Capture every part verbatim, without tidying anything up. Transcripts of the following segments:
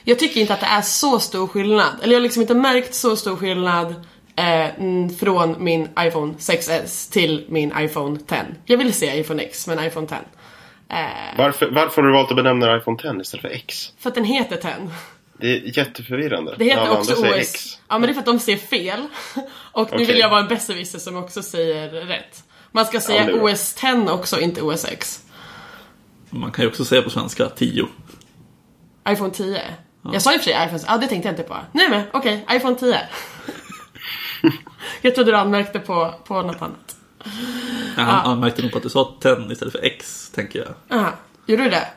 Jag tycker inte att det är så stor skillnad. Eller jag har liksom inte märkt så stor skillnad eh, från min iPhone sex S till min iPhone tio. Jag vill säga iPhone X, men iPhone tio. Eh, varför, varför har du valt att benämna iPhone tio istället för X? För att den heter tio. Det är jätteförvirrande. Det heter ja, också O S. X. Ja, men det är för att de säger fel. Och nu okay. vill jag vara en besserwisser som också säger rätt. Man ska säga ja, O S tio också, inte O S X. Man kan ju också säga på svenska tio. iPhone tio. Ja. Jag sa ju för sig iPhone. Ja, det tänkte jag inte på. Nej men, okej, okay, iPhone tio. Jag trodde du anmärkte på, på något annat. Ja, han ja. anmärkte nog på att du sa tio istället för X, tänker jag. Aha. Gjorde du det?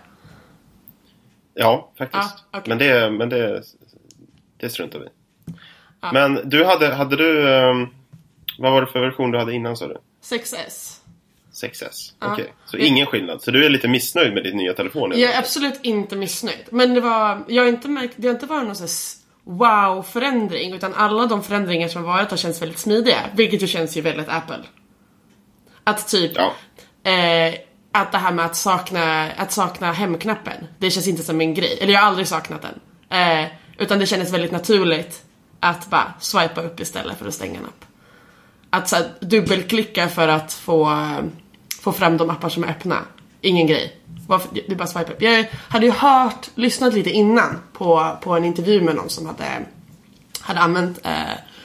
Ja, faktiskt. Ah, okay. Men det men det det struntar vi. Ah. Men du hade hade du um, vad var det för version du hade innan, sa du? sex S. sex S. Ah. Okej. Okay. Så ingen skillnad. Så du är lite missnöjd med din nya telefon? Jag är absolut inte missnöjd. Men det var jag har inte märkt det har inte varit någon sån wow förändring, utan alla de förändringar som varit har känts väldigt smidiga, vilket ju känns ju väldigt Apple. Att typ ja. eh, att det här med att sakna att sakna hemknappen, det känns inte som en grej. Eller jag har aldrig saknat den. Eh, utan det kändes väldigt naturligt att bara swipa upp istället för att stänga en app. Att så här, dubbelklicka för att få få fram de appar som är öppna. Ingen grej. Du bara swipa upp. Jag hade ju hört, lyssnat lite innan på, på en intervju med någon som hade hade använt eh,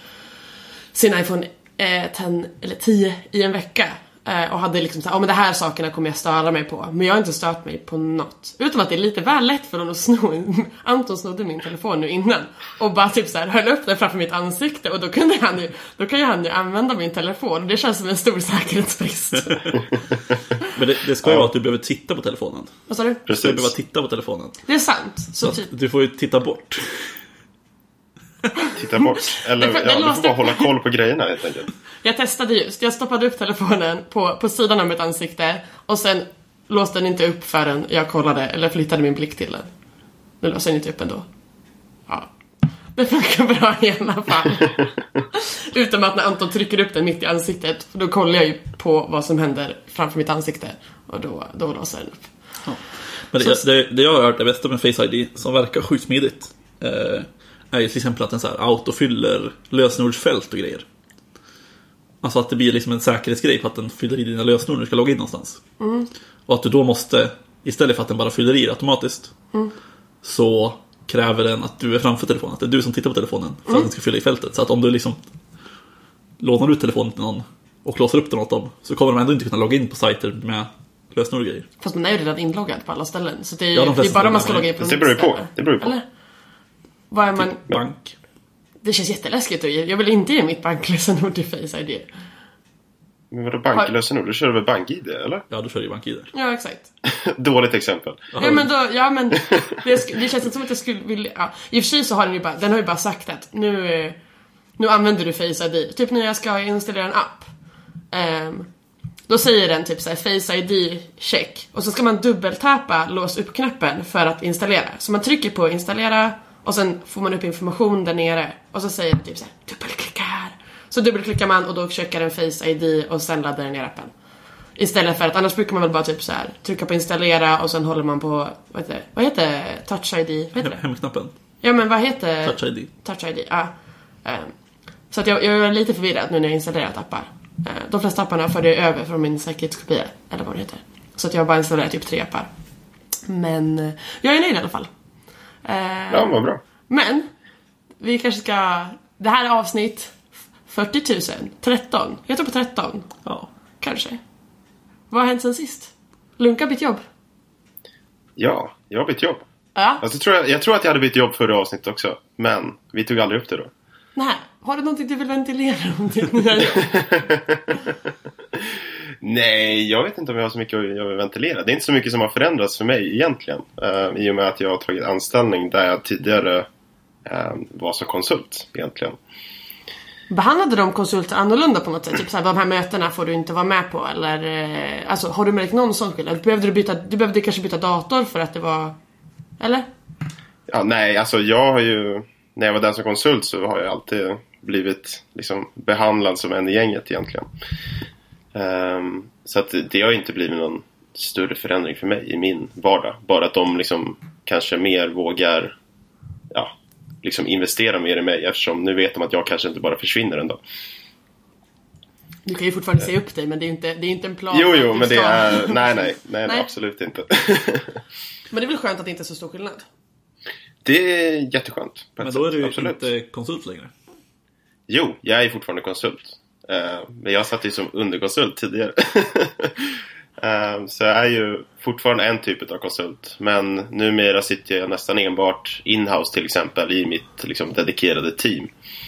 sin iPhone eh, tio, eller tio i en vecka. Och hade liksom såhär, ja men det här sakerna kommer jag störa mig på. Men jag har inte stört mig på något. Utom att det är lite väl lätt för honom att sno. Anton snodde min telefon nu innan. Och bara typ såhär höll upp den framför mitt ansikte. Och då kunde han ju, då kan ju han ju använda min telefon. Det känns som en stor säkerhetsbrist. Men det, det ska ju vara att du behöver titta på telefonen. Vad sa du? Precis. Du behöver titta på telefonen. Det är sant. Så, så typ. Du får ju titta bort. Titta bort. Eller det, det ja, du får bara hålla koll på grejerna helt enkelt. Jag testade just. Jag stoppade upp telefonen på, på sidan av mitt ansikte. Och sen låste den inte upp förrän jag kollade. Eller flyttade min blick till den. Nu låste den inte upp ändå. Ja. Det funkar bra i alla fall. Utom att när Anton trycker upp den mitt i ansiktet. Då kollar jag ju på vad som händer framför mitt ansikte. Och då, då låser den upp. Ja. Men det, det, det jag har hört är bästa med Face I D som verkar sjukt smidigt. Eh, är ju till exempel att den så här autofyller lösenordsfält och grejer. Alltså att det blir liksom en säkerhetsgrej på att den fyller i dina lösenord när du ska logga in någonstans. Mm. Och att du då måste, istället för att den bara fyller i automatiskt, mm. så kräver den att du är framför telefonen. Att det är du som tittar på telefonen för mm. att den ska fylla i fältet. Så att om du liksom lånar ut telefonen till någon och låser upp den åt dem, så kommer de ändå inte kunna logga in på sajter med lösenord och grejer. Fast man är ju redan inloggad på alla ställen. Så det är, ja, de det är bara man ska logga in på. Det beror ju på. Det beror ju på. Eller? Vad är man? Bank. Det känns jätteläskigt. Jag vill inte ge mitt banklösenord till Face I D. Men vadå banklösenord? Du kör väl bank-I D, eller? Ja, du kör ju bank-I D. Ja, exakt. Dåligt exempel. Ja, men då, ja, men det, det känns inte som att jag skulle vilja... Ja. I och för sig så har den ju bara, den har ju bara sagt att nu, nu använder du Face I D. Typ när jag ska installera en app. Um, då säger den typ så här, Face I D check. Och så ska man dubbeltappa lås upp-knappen för att installera. Så man trycker på installera. Och sen får man upp information där nere. Och så säger den typ så här, dubbelklicka här. Så dubbelklickar man och då checkar den Face I D och sen laddar den ner appen. Istället för att, annars brukar man väl bara typ så här trycka på installera och sen håller man på, vad heter det? Vad heter Touch I D? Vad heter det? Hemknappen. Ja, men vad heter Touch I D. Touch I D, ja. Um, så att jag, jag är lite förvirrad nu när jag installerat appar. Uh, de flesta apparna för det över från min säkerhetskopia, eller vad det heter. Så att jag bara installerar typ tre appar. Men uh, jag är nöjd i alla fall. Uh, ja, vad bra. Men vi kanske ska, det här är avsnitt fyrtio tusen, tretton. Jag tror på tretton. Ja. Kanske. Vad har hänt sen sist? Lunka bytt jobb. Ja, jag har bytt jobb. Ja. Alltså, tror jag, jag tror att jag hade bytt jobb förra avsnittet också. Men vi tog aldrig upp det då. Nej, har du någonting du vill ventilera om ditt nya jobb? Nej, jag vet inte om jag har så mycket jag vill ventilera. Det är inte så mycket som har förändrats för mig egentligen. Uh, I och med att jag har tagit anställning där jag tidigare uh, var som konsult egentligen. Behandlade de konsulter annorlunda på något sätt? Typ så här, de här mötena får du inte vara med på. Eller, eh, alltså, har du märkt någon sån skillnad? Behövde du byta, du behövde kanske byta dator för att det var... Eller? Ja, nej, alltså jag har ju... När jag var där som konsult så har jag alltid blivit liksom behandlad som en i gänget egentligen. Um, så att det har inte blivit någon större förändring för mig i min vardag. Bara att de liksom kanske mer vågar ja, liksom investera mer i mig, eftersom nu vet de att jag kanske inte bara försvinner en dag. Du kan ju fortfarande säga upp dig, men det är ju inte, det är inte en plan. Jo, jo, men det är... Nej, nej, nej, nej, nej. Absolut inte. Men det är väl skönt att det inte är så stor skillnad? Det är jätteskönt. Men då är du ju inte konsult längre. Jo, jag är fortfarande konsult. Men jag satt ju som underkonsult tidigare. Så jag är ju fortfarande en typ av konsult. Men numera sitter jag nästan enbart in-house till exempel i mitt liksom, dedikerade team.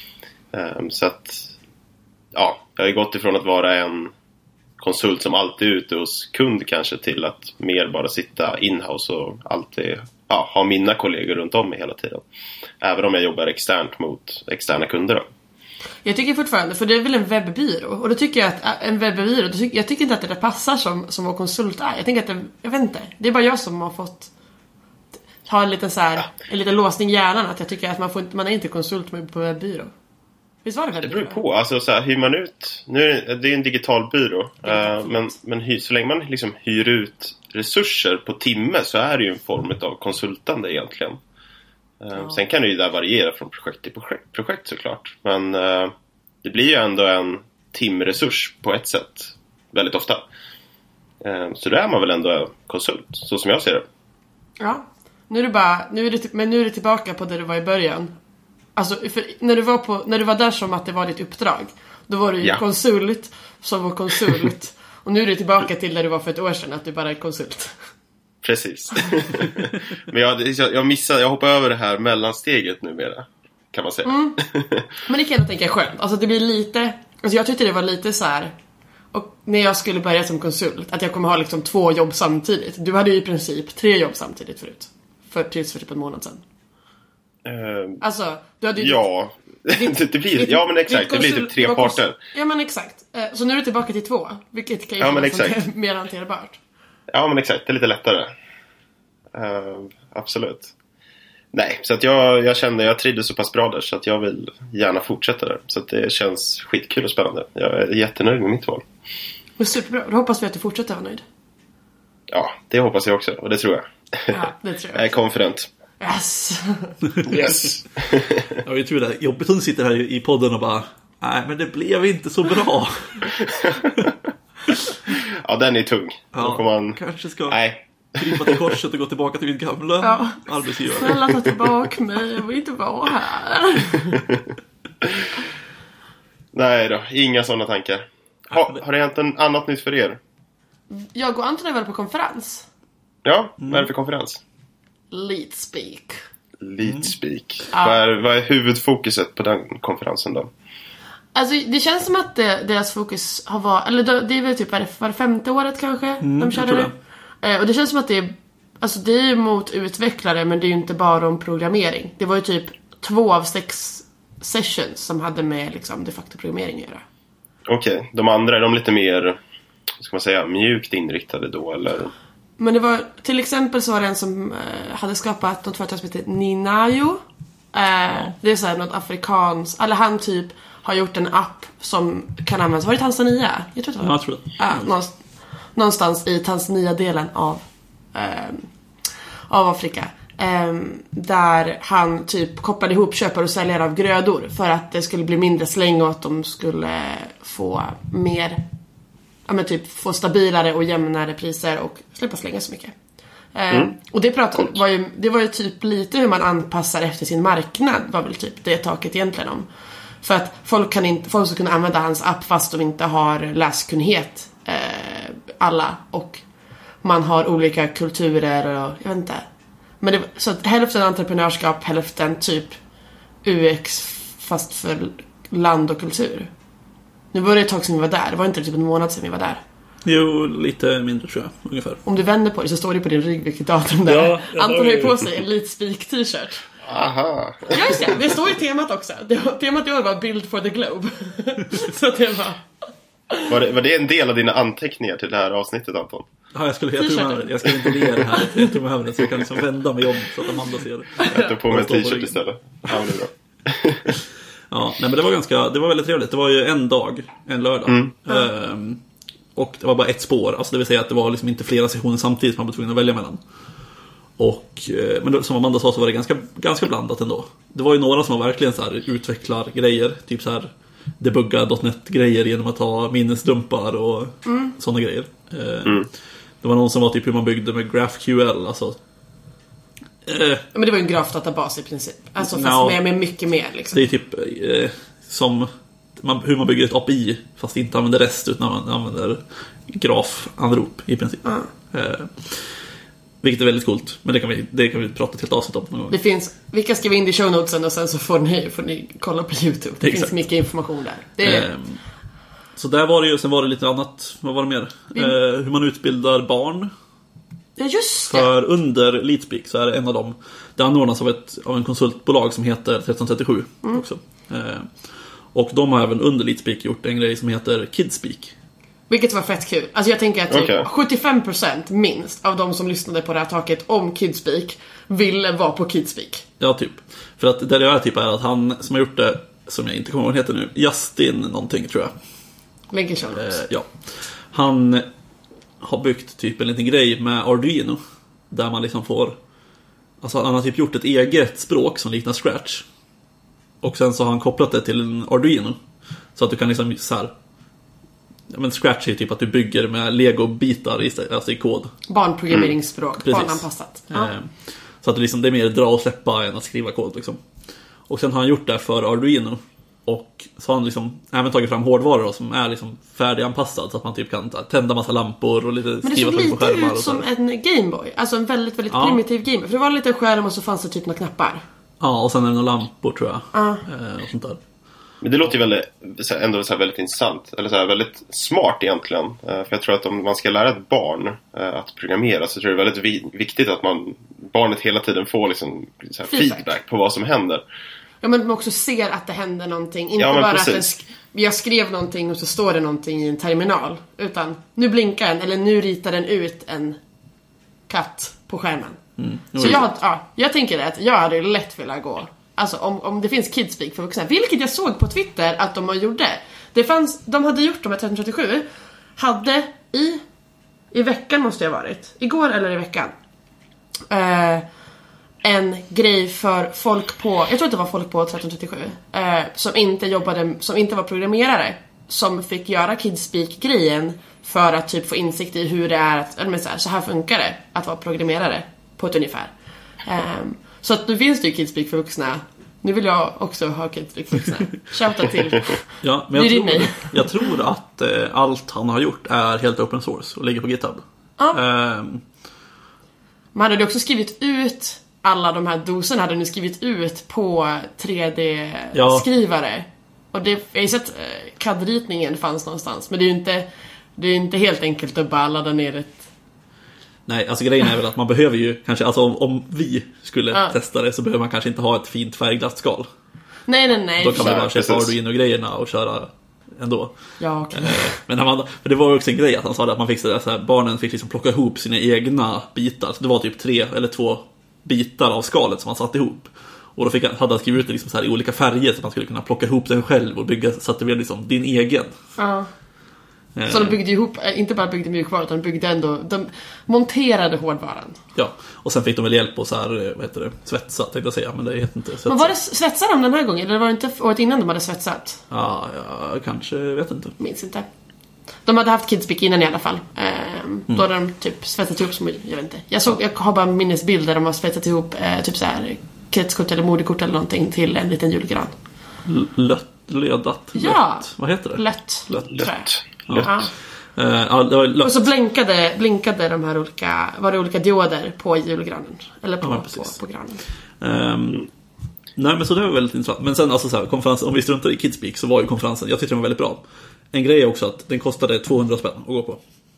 Så att... Ja, jag har ju gått ifrån att vara en konsult som alltid är ute hos kund kanske till att mer bara sitta in-house och alltid ja, ha mina kollegor runt om mig hela tiden. Även om jag jobbar externt mot externa kunder då. Jag tycker fortfarande, för det är väl en webbyrå, och då tycker jag att en webbyrå, jag tycker inte att det där passar som, som vår konsult är. Jag tänker att det, jag vet inte, det är bara jag som har fått ha en liten så här, ja. en liten låsning i hjärnan att jag tycker att man, får, man är inte konsult på webbyrå. Visst var det Det beror på, alltså så här, hyr man ut, nu är det, det är en digital byrå, uh, men, men hyr, så länge man liksom hyr ut resurser på timme så är det ju en form av konsultande egentligen. Uh, ja. Sen kan det ju där variera från projekt till projekt, projekt såklart, men uh, det blir ju ändå en timresurs på ett sätt väldigt ofta. Uh, så då är man väl ändå konsult, så som jag ser det. Ja, nu är det bara, nu är det, men nu är det tillbaka på där du var i början. Alltså, för när du var på, när du var där som att det var ditt uppdrag, då var du ju ja. konsult som var konsult. Och nu är du tillbaka till där du var för ett år sedan, att du bara är konsult. Precis. Men jag, jag missade, jag hoppar över det här mellansteget numera, kan man säga. Mm. Men det kan jag tänka är skönt. Alltså det blir lite, alltså jag tyckte det var lite så här, och när jag skulle börja som konsult, att jag kommer ha liksom två jobb samtidigt. Du hade ju i princip tre jobb samtidigt förut. För tills för typ en månad sedan. Uh, alltså, du hade ju ja, ditt, det blir, ditt, ja men exakt, det blir typ tre parter. Ja men exakt, uh, så nu är du tillbaka till två, vilket kan ju ja, vara mer hanterbart. Ja men exakt, det är lite lättare. uh, Absolut. Nej, så att jag, jag kände, jag trivdes så pass bra där så att jag vill gärna fortsätta där. Så att det känns skitkul och spännande. Jag är jättenöjd med mitt val. Men superbra, då hoppas vi att du fortsätter vara nöjd. Ja, det hoppas jag också, och det tror jag. Ja, det tror jag. Jag är confident. Yes. Yes. Ja, jag tror det är jobbigt att du sitter här i podden och bara, nej men det blev inte så bra. Ja, den är tung. Ja, då får man... kanske ska nej. krypa till korset och gå tillbaka till min gamla ja. arbetsgivare. Snälla ta tillbaka mig, jag vill inte vara här. Nej då, inga sådana tankar. Ha, har det hänt en annat nytt för er? Jag och Anton är väl på konferens? Ja, mm. Vad är det för konferens? Leadspeak. Leadspeak. Mm. Vad, är, vad är huvudfokuset på den konferensen då? Alltså det känns som att det, deras fokus har varit, eller det är väl typ var, var femte året kanske mm, de körde det. Eh, och det känns som att det är, alltså det är ju mot utvecklare, men det är ju inte bara om programmering. Det var ju typ två av sex sessions som hade med liksom de facto programmering att göra. Okej, okay. De andra är de lite mer, ska man säga, mjukt inriktade då eller? Men det var, till exempel så var det en som eh, hade skapat något företag som heter Ninayo. Eh, det är så här något afrikans, eller han typ har gjort en app som kan användas, var det Tanzania? Jag tror det var. Jag tror det. Ja, någonstans, någonstans i Tanzania-delen av eh, av Afrika. Eh, där han typ kopplade ihop köpare och säljare av grödor för att det skulle bli mindre släng och att de skulle få mer, ja men typ få stabilare och jämnare priser och slippa slänga så mycket. Eh, mm. Och det pratade, var ju, det var ju typ lite hur man anpassar efter sin marknad, var väl typ det taket egentligen om. För att folk kan inte, folk ska kunna använda hans app fast de inte har läskunnighet eh, alla, och man har olika kulturer och jag vet inte. Men det, så att hälften entreprenörskap, hälften typ U X fast för land och kultur. Nu var det ett tag sedan vi var där. Det var inte typ en månad sedan vi var där. Jo, lite mindre tror jag, ungefär. Om du vänder på det så står det på din rygg vilket datum det är. Ja, Anton har ju på sig en Leadspeak t-shirt. Aha. Ja, just det. Det står i temat också. Det, temat i år var Build for the Globe. Så det var... Var det, var det en del av dina anteckningar till det här avsnittet, Anton? Ja, jag skulle, jag tror med, jag ska inte le det här. Jag tror med det, så jag kan liksom vända mig om så att Amanda ser det. Jag tar på mig en t-shirt istället. Ja, det är bra. Ja, nej, men det var ganska, det var väldigt trevligt. Det var ju en dag, en lördag. Mm. Ehm, och det var bara ett spår. Alltså det vill säga att det var liksom inte flera sessioner samtidigt man var tvungen att välja mellan. Och, men som Amanda sa så var det ganska, ganska blandat ändå. Det var ju några som var verkligen så här utvecklar grejer, typ så här debugga .dot net-grejer genom att ha minnesdumpar och mm. sådana grejer. Mm. Det var någon som var typ hur man byggde med GraphQL, alltså. Eh, men det var ju en grafdatabas i princip. Alltså fast no, med, med mycket mer liksom. Det är typ eh, som man, hur man bygger ett A P I fast inte använder REST utan man använder grafanrop i princip. Mm. Eh, vilket är väldigt coolt. Men det kan vi, det kan vi prata till ett avsnitt om någon gång. Det finns, vilka skriver in i show notesen och sen så får ni, får ni kolla på YouTube. Det Exakt. Finns mycket information där. Det är... eh, så där var det ju, sen var det lite annat. Vad var det mer? Mm. Eh, hur man utbildar barn. Ja, just det. För under Leadspeak så är det en av dem. Det anordnas av, ett, av en konsultbolag som heter tretton trettiosju mm. också. Eh, och de har även under Leadspeak gjort en grej som heter Kidspeak. Vilket var fett kul. Alltså jag tänker att typ okay. sjuttiofem procent minst av de som lyssnade på det här taket om Kidspeak ville vara på Kidspeak. Ja, typ. För att det är typ är att han som har gjort det, som jag inte kommer ihåg heter nu, Justin någonting tror jag. Lägger show notes. Eh, ja. Han har byggt typ en liten grej med Arduino där man liksom får, alltså han har typ gjort ett eget språk som liknar Scratch. Och sen så har han kopplat det till en Arduino så att du kan liksom så här, ja, men Scratch är typ att du bygger med Lego-bitar i, alltså i kod. Barnprogrammeringsspråk, mm. barnanpassat. Ja. Eh, så att det, liksom, det är mer dra och släppa än att skriva kod liksom. Och sen har han gjort det för Arduino. Och så har han liksom även tagit fram hårdvaror som är liksom färdiganpassad så att man typ kan tända massa lampor och lite skriva på skärmar. Men det såg lite ut som en Gameboy. Alltså en väldigt, väldigt ja. primitiv Gameboy. För det var lite skärm och så fanns det typ några knappar. Ja, och sen är det några lampor tror jag. Ja. Eh, och sånt där. Men det låter ju väldigt, ändå så här väldigt intressant. Eller så här väldigt smart egentligen. För jag tror att om man ska lära ett barn att programmera så tror jag det är väldigt viktigt att man, barnet hela tiden får liksom så här feedback på vad som händer. Ja, men man också ser att det händer någonting. Inte ja, bara precis. att sk- jag skrev någonting och så står det någonting i en terminal. Utan nu blinkar den, eller nu ritar den ut en katt på skärmen. Mm. Så jag, ja, jag tänker att jag hade lätt velat gå. Alltså om, om det finns Kidspeak för vuxna. Vilket jag såg på Twitter att de har gjort det. Det fanns, de hade gjort de här tretton trettiosju. Hade i, i veckan måste jag ha varit. Igår eller i veckan. Eh... en grej för folk på, jag tror att det var folk på tretton trettiosju eh, som inte jobbade, som inte var programmerare, som fick göra Kidspeak-grejen för att typ få insikt i hur det är att, eller så här, så här funkar det att vara programmerare på ett ungefär. Eh, så att nu finns det ju Kidspeak för vuxna. Nu vill jag också ha Kidspeak för vuxna. Shouta till. Ja, men jag, tror, jag tror att eh, allt han har gjort är helt open source och ligger på GitHub. Ja. Eh, Man hade också skrivit ut alla de här doserna hade nu skrivit ut på tre D-skrivare. Ja. Och det, jag har ju sett eh, C A D-ritningen fanns någonstans. Men det är ju inte, det är inte helt enkelt att bara ladda ner ett. Nej, alltså grejen är väl att man behöver ju kanske, alltså om, om vi skulle ja. testa det så behöver man kanske inte ha ett fint färgglatt skal. Nej, nej, nej. Då kan man bara köpa Arduino-grejerna och köra ändå. Ja, okej. Okay. Men han, för det var ju också en grej att han sa att man fick så här, barnen fick liksom plocka ihop sina egna bitar. Så det var typ tre eller två bitar av skalet som han satt ihop. Och då fick han, hade han skrivit ut det liksom så här i olika färger så att man skulle kunna plocka ihop den själv och bygga så att det blev liksom din egen. Ja. Eh. Så de byggde ihop, inte bara byggde mjukvaran utan de byggde ändå, de monterade hårdvaran. Ja, och sen fick de väl hjälp på så här, vad heter det, svetsa tänkte jag säga, men det heter inte svetsa. Men var det svetsade de den här gången eller var det inte året innan de hade svetsat? Ja, ja kanske, vet inte. Minns inte. De hade haft Kidspeak innan i alla fall. Ehm, mm. Då hade de typ svetsat ihop som, jag vet inte. Jag, såg, jag har bara minnesbilder där de har svetsat ihop eh, typ så här kretskort eller modekort eller någonting till en liten julgran. L- lött, lödat, ja. Lött. Vad heter det? Lött. Lött. Lött. Ja. Ja. Uh, ja, det var lött. Och så blinkade, blinkade de här olika, var det olika dioder på julgranen. Eller på, ja, på, på granen. Um, nej men så det var väldigt intressant. Men sen alltså så här, konferensen, om vi struntar i Kidspeak så var ju konferensen, jag tyckte den var väldigt bra. En grej är också att den kostade tvåhundra spänn att gå på.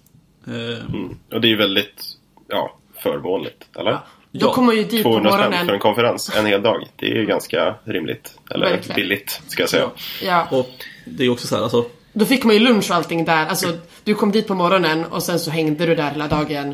Uh, mm. Och det är ju väldigt, ja, förmånligt, eller? Ja. Då kommer ju dit på morgonen. tvåhundra spänn för en konferens en hel dag. Det är ju ganska rimligt. Eller verkligen. Billigt, ska jag säga. Ja. Och det är också så här, alltså. Då fick man ju lunch och allting där. Alltså, du kom dit på morgonen och sen så hängde du där hela dagen.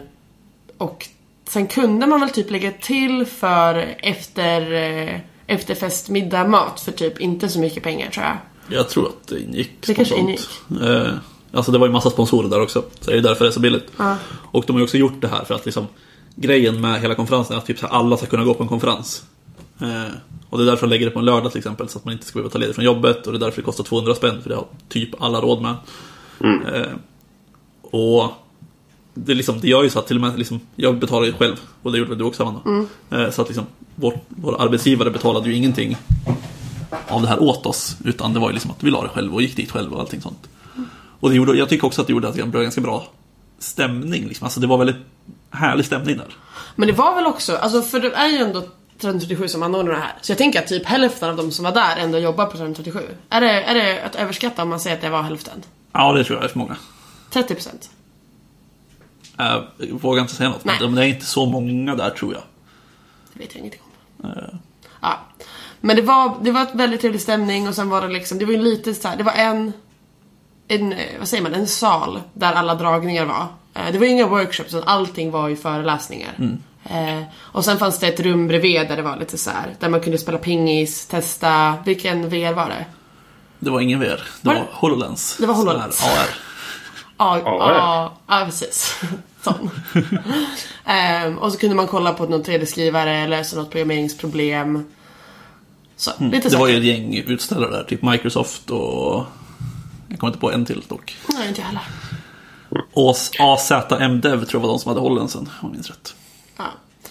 Och sen kunde man väl typ lägga till för efter, efterfest, middag, mat för typ inte så mycket pengar, tror jag. Jag tror att det ingick. Det kanske ingick. Eh, alltså det var ju massa sponsorer där också. Så det är därför det är så billigt. Ja. Och de har ju också gjort det här för att liksom grejen med hela konferensen är att typ så här, alla ska kunna gå på en konferens. Eh, och det är därför de lägger det på en lördag till exempel, så att man inte ska behöva ta ledigt från jobbet. Och det är därför det kostar tvåhundra spänn, för det har typ alla råd med. Mm. Eh, och det, liksom, det gör ju så att till och med liksom, jag betalar ju själv, och det gjorde du också, Amanda. Mm. Eh, så att liksom, vår, vår arbetsgivare betalade ju ingenting av det här åt oss, utan det var ju liksom att vi la det själv och gick dit själv och allting sånt. Mm. Och det gjorde, jag tycker också att det gjorde att det blev ganska bra stämning liksom. Alltså det var väldigt härlig stämning där. Men det var väl också, alltså för det är ju ändå trettonhundratrettiosju som anordnar det här. Så jag tänker att typ hälften av de som var där ändå jobbar på trettonhundratrettiosju. Är det, är det att överskatta om man säger att det var hälften? Ja, det tror jag är för många. trettio procent. Jag vågar inte säga något, Nej. men det är inte så många där, tror jag. Det vet jag ingenting om. Uh. Ja. Men det var, det var ett väldigt trevlig stämning. Och sen var det liksom, det var ju lite så här, det var en en, vad säger man, en sal där alla dragningar var. Det var inga workshops, utan allting var ju föreläsningar. Mm. Eh, och sen fanns det ett rum bredvid där det var lite så här, där man kunde spela pingis, testa. Vilken V R var det? Det var ingen V R, det var, var, det? HoloLens. Det var HoloLens. A R. Ja, ja, ja, precis. Sån. um, och så kunde man kolla på någon tre D-skrivare eller lösa något programmeringsproblem. Så, mm. lite det så. var ju ett gäng utställare där, typ Microsoft och jag kommer inte på en till dock. Nej, inte jag heller. Och A Z M Dev tror jag var de som hade HoloLensen, om jag minns rätt. Ja.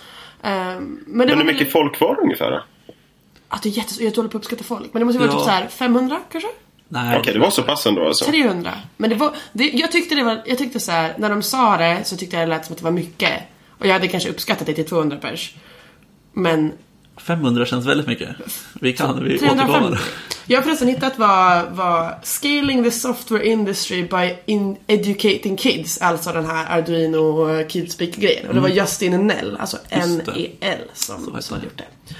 Um, men men hur mycket väldigt... folk var det ungefär då? Att det är jättes... Jag håller på att uppskatta folk. Men det måste ju vara Ja. typ så här femhundra kanske? Nej. Okej, okay, det var så pass ändå alltså. trehundra. Men det var... Det... Jag tyckte det var... Jag tyckte så här... När de sa det så tyckte jag det lät som att det var mycket. Och jag hade kanske uppskattat det till tvåhundra pers. Men... femhundra känns väldigt mycket. Vi kan vi trehundrafemtio. återkomma. Jag har förresten hittat vad, vad Scaling the Software Industry by in Educating Kids, alltså den här Arduino Kidspeak-grejen. Och det var Justin Nell, alltså N E L som, som hade gjort det.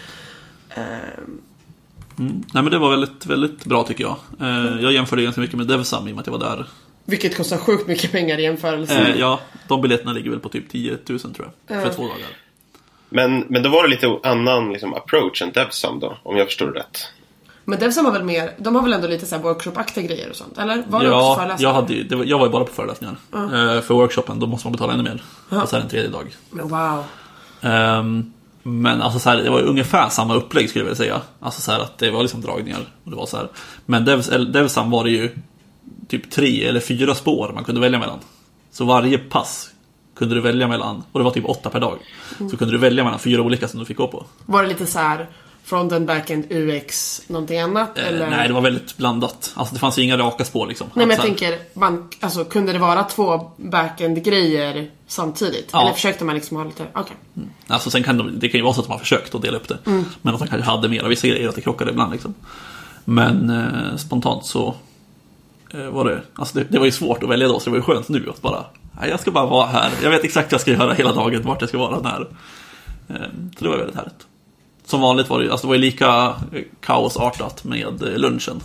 Um, Mm. Nej, men det var väldigt, väldigt bra tycker jag. Eh, jag jämförde ganska mycket med DevSum i och med att jag var där. Vilket kostar sjukt mycket pengar i jämförelse. Eh, ja, de biljetterna ligger väl på typ tio tusen tror jag. För Mm. två dagar. Men, men då var det lite annan liksom, approach än DevSum då, om jag förstår det rätt. Men DevSum har väl mer, de har väl ändå lite så här workshop-aktiga grejer och sånt, eller? Var det också Ja, föreläsningar? jag, hade, ju- det var, jag var ju bara på föreläsningar. Mm. Eh, för workshopen, då måste man betala ännu mer. Ja. Och så här en tredje dag. Men wow. Ehm, men alltså så här, det var ju ungefär samma upplägg skulle jag vilja säga. Alltså så här att det var liksom dragningar och det var så här. Men Devs, DevSum var det ju typ tre eller fyra spår man kunde välja mellan. Så varje pass kunde du välja mellan, och det var typ åtta per dag. Så kunde du välja mellan fyra olika som du fick gå på. Var det lite så här frontend, backend, U X, någonting annat? Eh, eller? Nej, det var väldigt blandat. Alltså det fanns ju inga raka spår liksom. Nej, men Att jag så här- tänker, man, alltså, kunde det vara två backend-grejer samtidigt? Ja. Eller försökte man liksom ha lite... Okej. Mm. Alltså sen kan de, det kan ju vara så att de har försökt att dela upp det. Mm. Men att de kanske hade mer av vissa grejer, att det krockade ibland liksom. Men eh, spontant så eh, var det, alltså det, det var ju svårt att välja då, så det var ju skönt nu att bara, nej, jag ska bara vara här. Jag vet exakt vad jag ska göra hela dagen, vart jag ska vara när. Eh, så det var väldigt härligt. Som vanligt var det ju, alltså det var ju lika eh, kaosartat med eh, lunchen.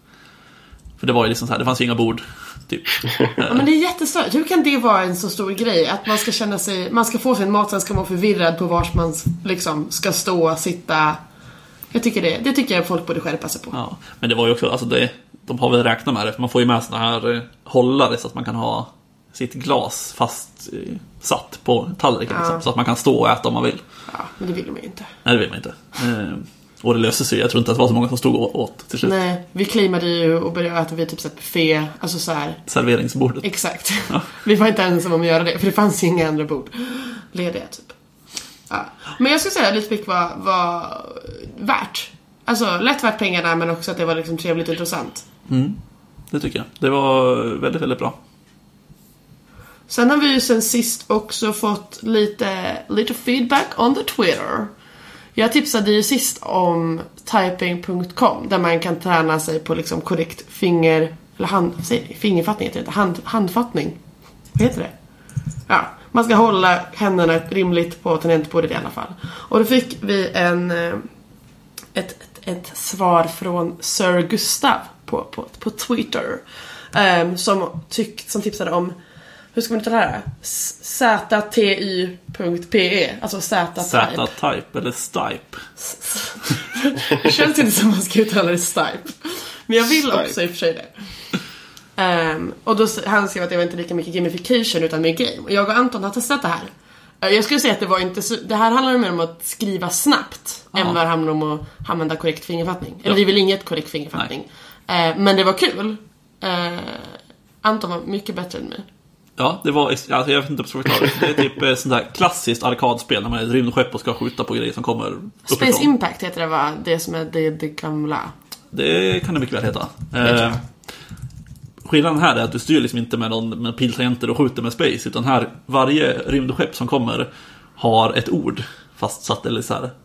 För det var ju liksom så här, det fanns ju inga bord typ. Ja, men det är jättestört. Hur kan det vara en så stor grej? Att man ska känna sig, man ska få sin mat, sen ska man vara förvirrad på vars man liksom ska stå, sitta. Jag tycker det, det tycker jag folk borde skärpa sig på. Ja, men det var ju också, alltså det, de har väl räknat med det, för man får ju med såna här eh, hållare så att man kan ha sitt glas fast eh, satt på tallriken Ja. liksom, så att man kan stå och äta om man vill. Ja, men det vill man ju inte. Nej, det vill man inte. Eh, och det löser sig, jag tror inte att det var så många som stod och åt till slut. Nej, vi claimade ju och började äta vid typ så här buffé, alltså så här. Serveringsbordet. Exakt. Ja. Vi var inte ensamma om att göra det, för det fanns ju inga andra bord lediga typ. Ja. Men jag skulle säga att Litspick var, var värt. Alltså lätt värt pengarna, men också att det var liksom trevligt och intressant. Mm, det tycker jag. Det var väldigt, väldigt bra. Sen har vi ju sen sist också fått lite, lite feedback on the Twitter. Jag tipsade ju sist om typing punkt com, där man kan träna sig på liksom korrekt finger eller hand, säg, fingerfattning heter det, hand, handfattning. Vad heter det? Ja, man ska hålla händerna rimligt på tangentbordet i alla fall. Och då fick vi en ett, ett, ett svar från Sir Gustav på, på, på Twitter um, som, tyck, som tipsade om, hur ska man uttala det här? Z T Y punkt P E, alltså Z-type. Z-type eller Stipe. Det känns inte som man ska uttala det Stipe. Men jag vill Stipe. också i och för sig det. Um, och då han skrev att det var inte lika mycket gamification utan mer game. Och jag och Anton har testat det här. Jag skulle säga att det var inte så, det här handlar mer om att skriva snabbt ja. än vad det handlar om att använda korrekt fingerfattning. Eller ja. det är väl inget korrekt fingerfattning. Eh, men det var kul. Eh, Anton var mycket bättre än mig. Ja, det var, alltså jag vet inte på det. Det är typ ett sånt där klassiskt arkadspel när man är ett rymdskepp och ska skjuta på grejer som kommer uppifrån. Space Impact heter det, va? Det som är det, det gamla. Det kan det mycket väl heta. Eh, skillnaden här är att du styr liksom inte med någon med piltangenter och skjuter med space, utan här, varje rymdskepp som kommer har ett ord fastsatt eller så här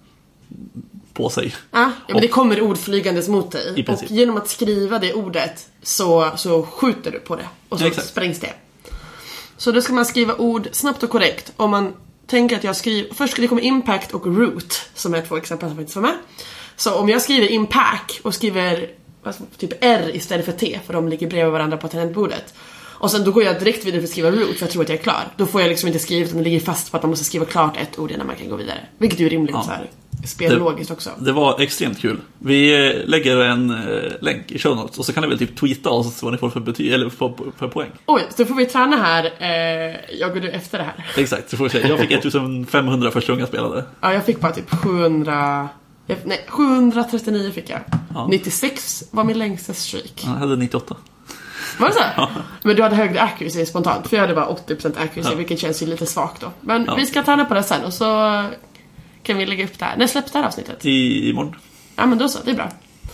på sig. Ah, ja, men det kommer ord flygandes mot dig. Och genom att skriva det ordet så, så skjuter du på det. Och så ja, sprängs det. Så då ska man skriva ord snabbt och korrekt. Om man tänker att jag skriver... Först ska det komma impact och root, som är två exempel som faktiskt var med. Så om jag skriver impact och skriver typ R istället för T, för de ligger bredvid varandra på tangentbordet, och sen då går jag direkt vidare för att skriva root för jag tror att jag är klar. Då får jag liksom inte skriva, utan det ligger fast på att man måste skriva klart ett ord innan man kan gå vidare. Vilket är ju rimligt ja. så här spellogiskt också. Det var extremt kul. Vi lägger en eh, länk i show notes och så kan ni väl typ tweeta oss vad ni får för betyg eller för, för poäng. Oj, så får vi träna här. Eh, jag går du efter det här. Exakt, så får vi se. Jag fick ettusenfemhundra första gången jag spelade. Ja, jag fick bara typ sjuhundra. Nej, sjuhundratrettionio fick jag. Ja. nittiosex var min längsta streak. Jag hade nittioåtta. Var det så? Ja. Men du hade högre accuracy spontant. För jag hade bara åttio procent accuracy, ja. vilket känns ju lite svagt då. Men ja. vi ska träna på det sen och så kan vi lägga upp det här. När släpps det här avsnittet? I imorgon. Ja, men då så, det är bra.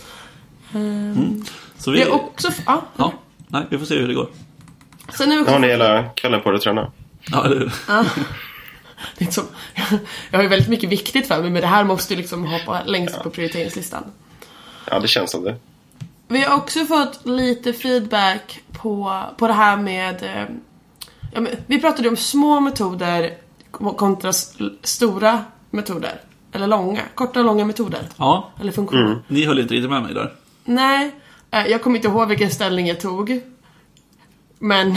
Um, mm. Så vi... vi är också... Ja. ja. Nej, vi får se hur det går. Så nu har ni hela kvällen på att träna? Ja, det är det. Ja. Det är som, jag har ju väldigt mycket viktigt för mig, men det här måste ju liksom hoppa längst ja. på prioriteringslistan. Ja, det känns som det. Vi har också fått lite feedback på, på det här med... Ja, men, vi pratade om små metoder kontra stora metoder. Eller långa, korta och långa metoder. Ja. Eller funktioner. Mm. Ni höll inte riktigt med mig där. Nej, jag kommer inte ihåg vilken ställning jag tog. Men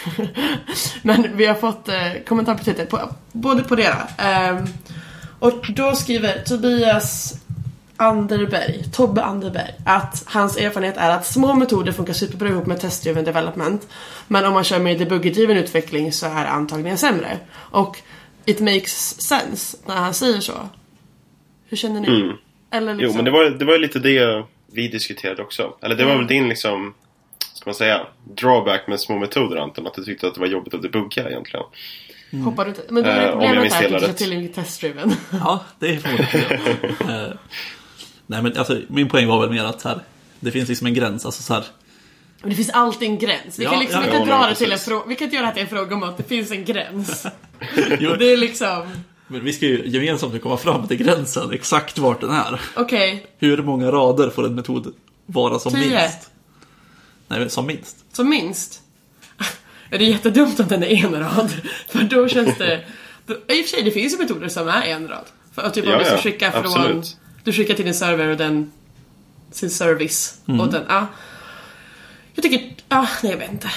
men vi har fått eh, kommentar på Twitter på, både på det eh, och då skriver Tobias Anderberg Tobbe Anderberg att hans erfarenhet är att små metoder funkar superbra ihop med test-driven development, men om man kör med debugger-driven utveckling så är antagligen sämre, och it makes sense när han säger så. Hur känner ni? Mm. Eller liksom... Jo, men det var, det var lite det vi diskuterade också. Eller det var mm. väl din liksom, ska man säga, drawback med små metoder, Anton, att du tyckte att det var jobbigt att debugga egentligen. Mm. Hoppar du inte? Men det är problemet uh, här att du till en test-driven. Ja, det är förmodligen uh, Nej, men alltså, min poäng var väl mer att här, det finns liksom en gräns, alltså så här. Men det finns alltid en gräns. Vi ja, kan liksom ja, inte ja, dra det till en fråga. Vi kan inte göra det till en fråga om att det finns en gräns. Det är liksom... Men vi ska ju gemensamt komma fram till gränsen, exakt vart den är. Okej. Okay. Hur många rader får en metod vara som Tio. minst? Nej, som minst. Som minst? Det är jättedumt att den är en rad. För då känns det... I och för sig, det finns ju metoder som är en rad. För typ om ja, du ska skicka från... Absolut. Du skickar till din server och den... Sin service. Mm. Och den... Ja. Jag tycker... Ja, nej, jag vet inte.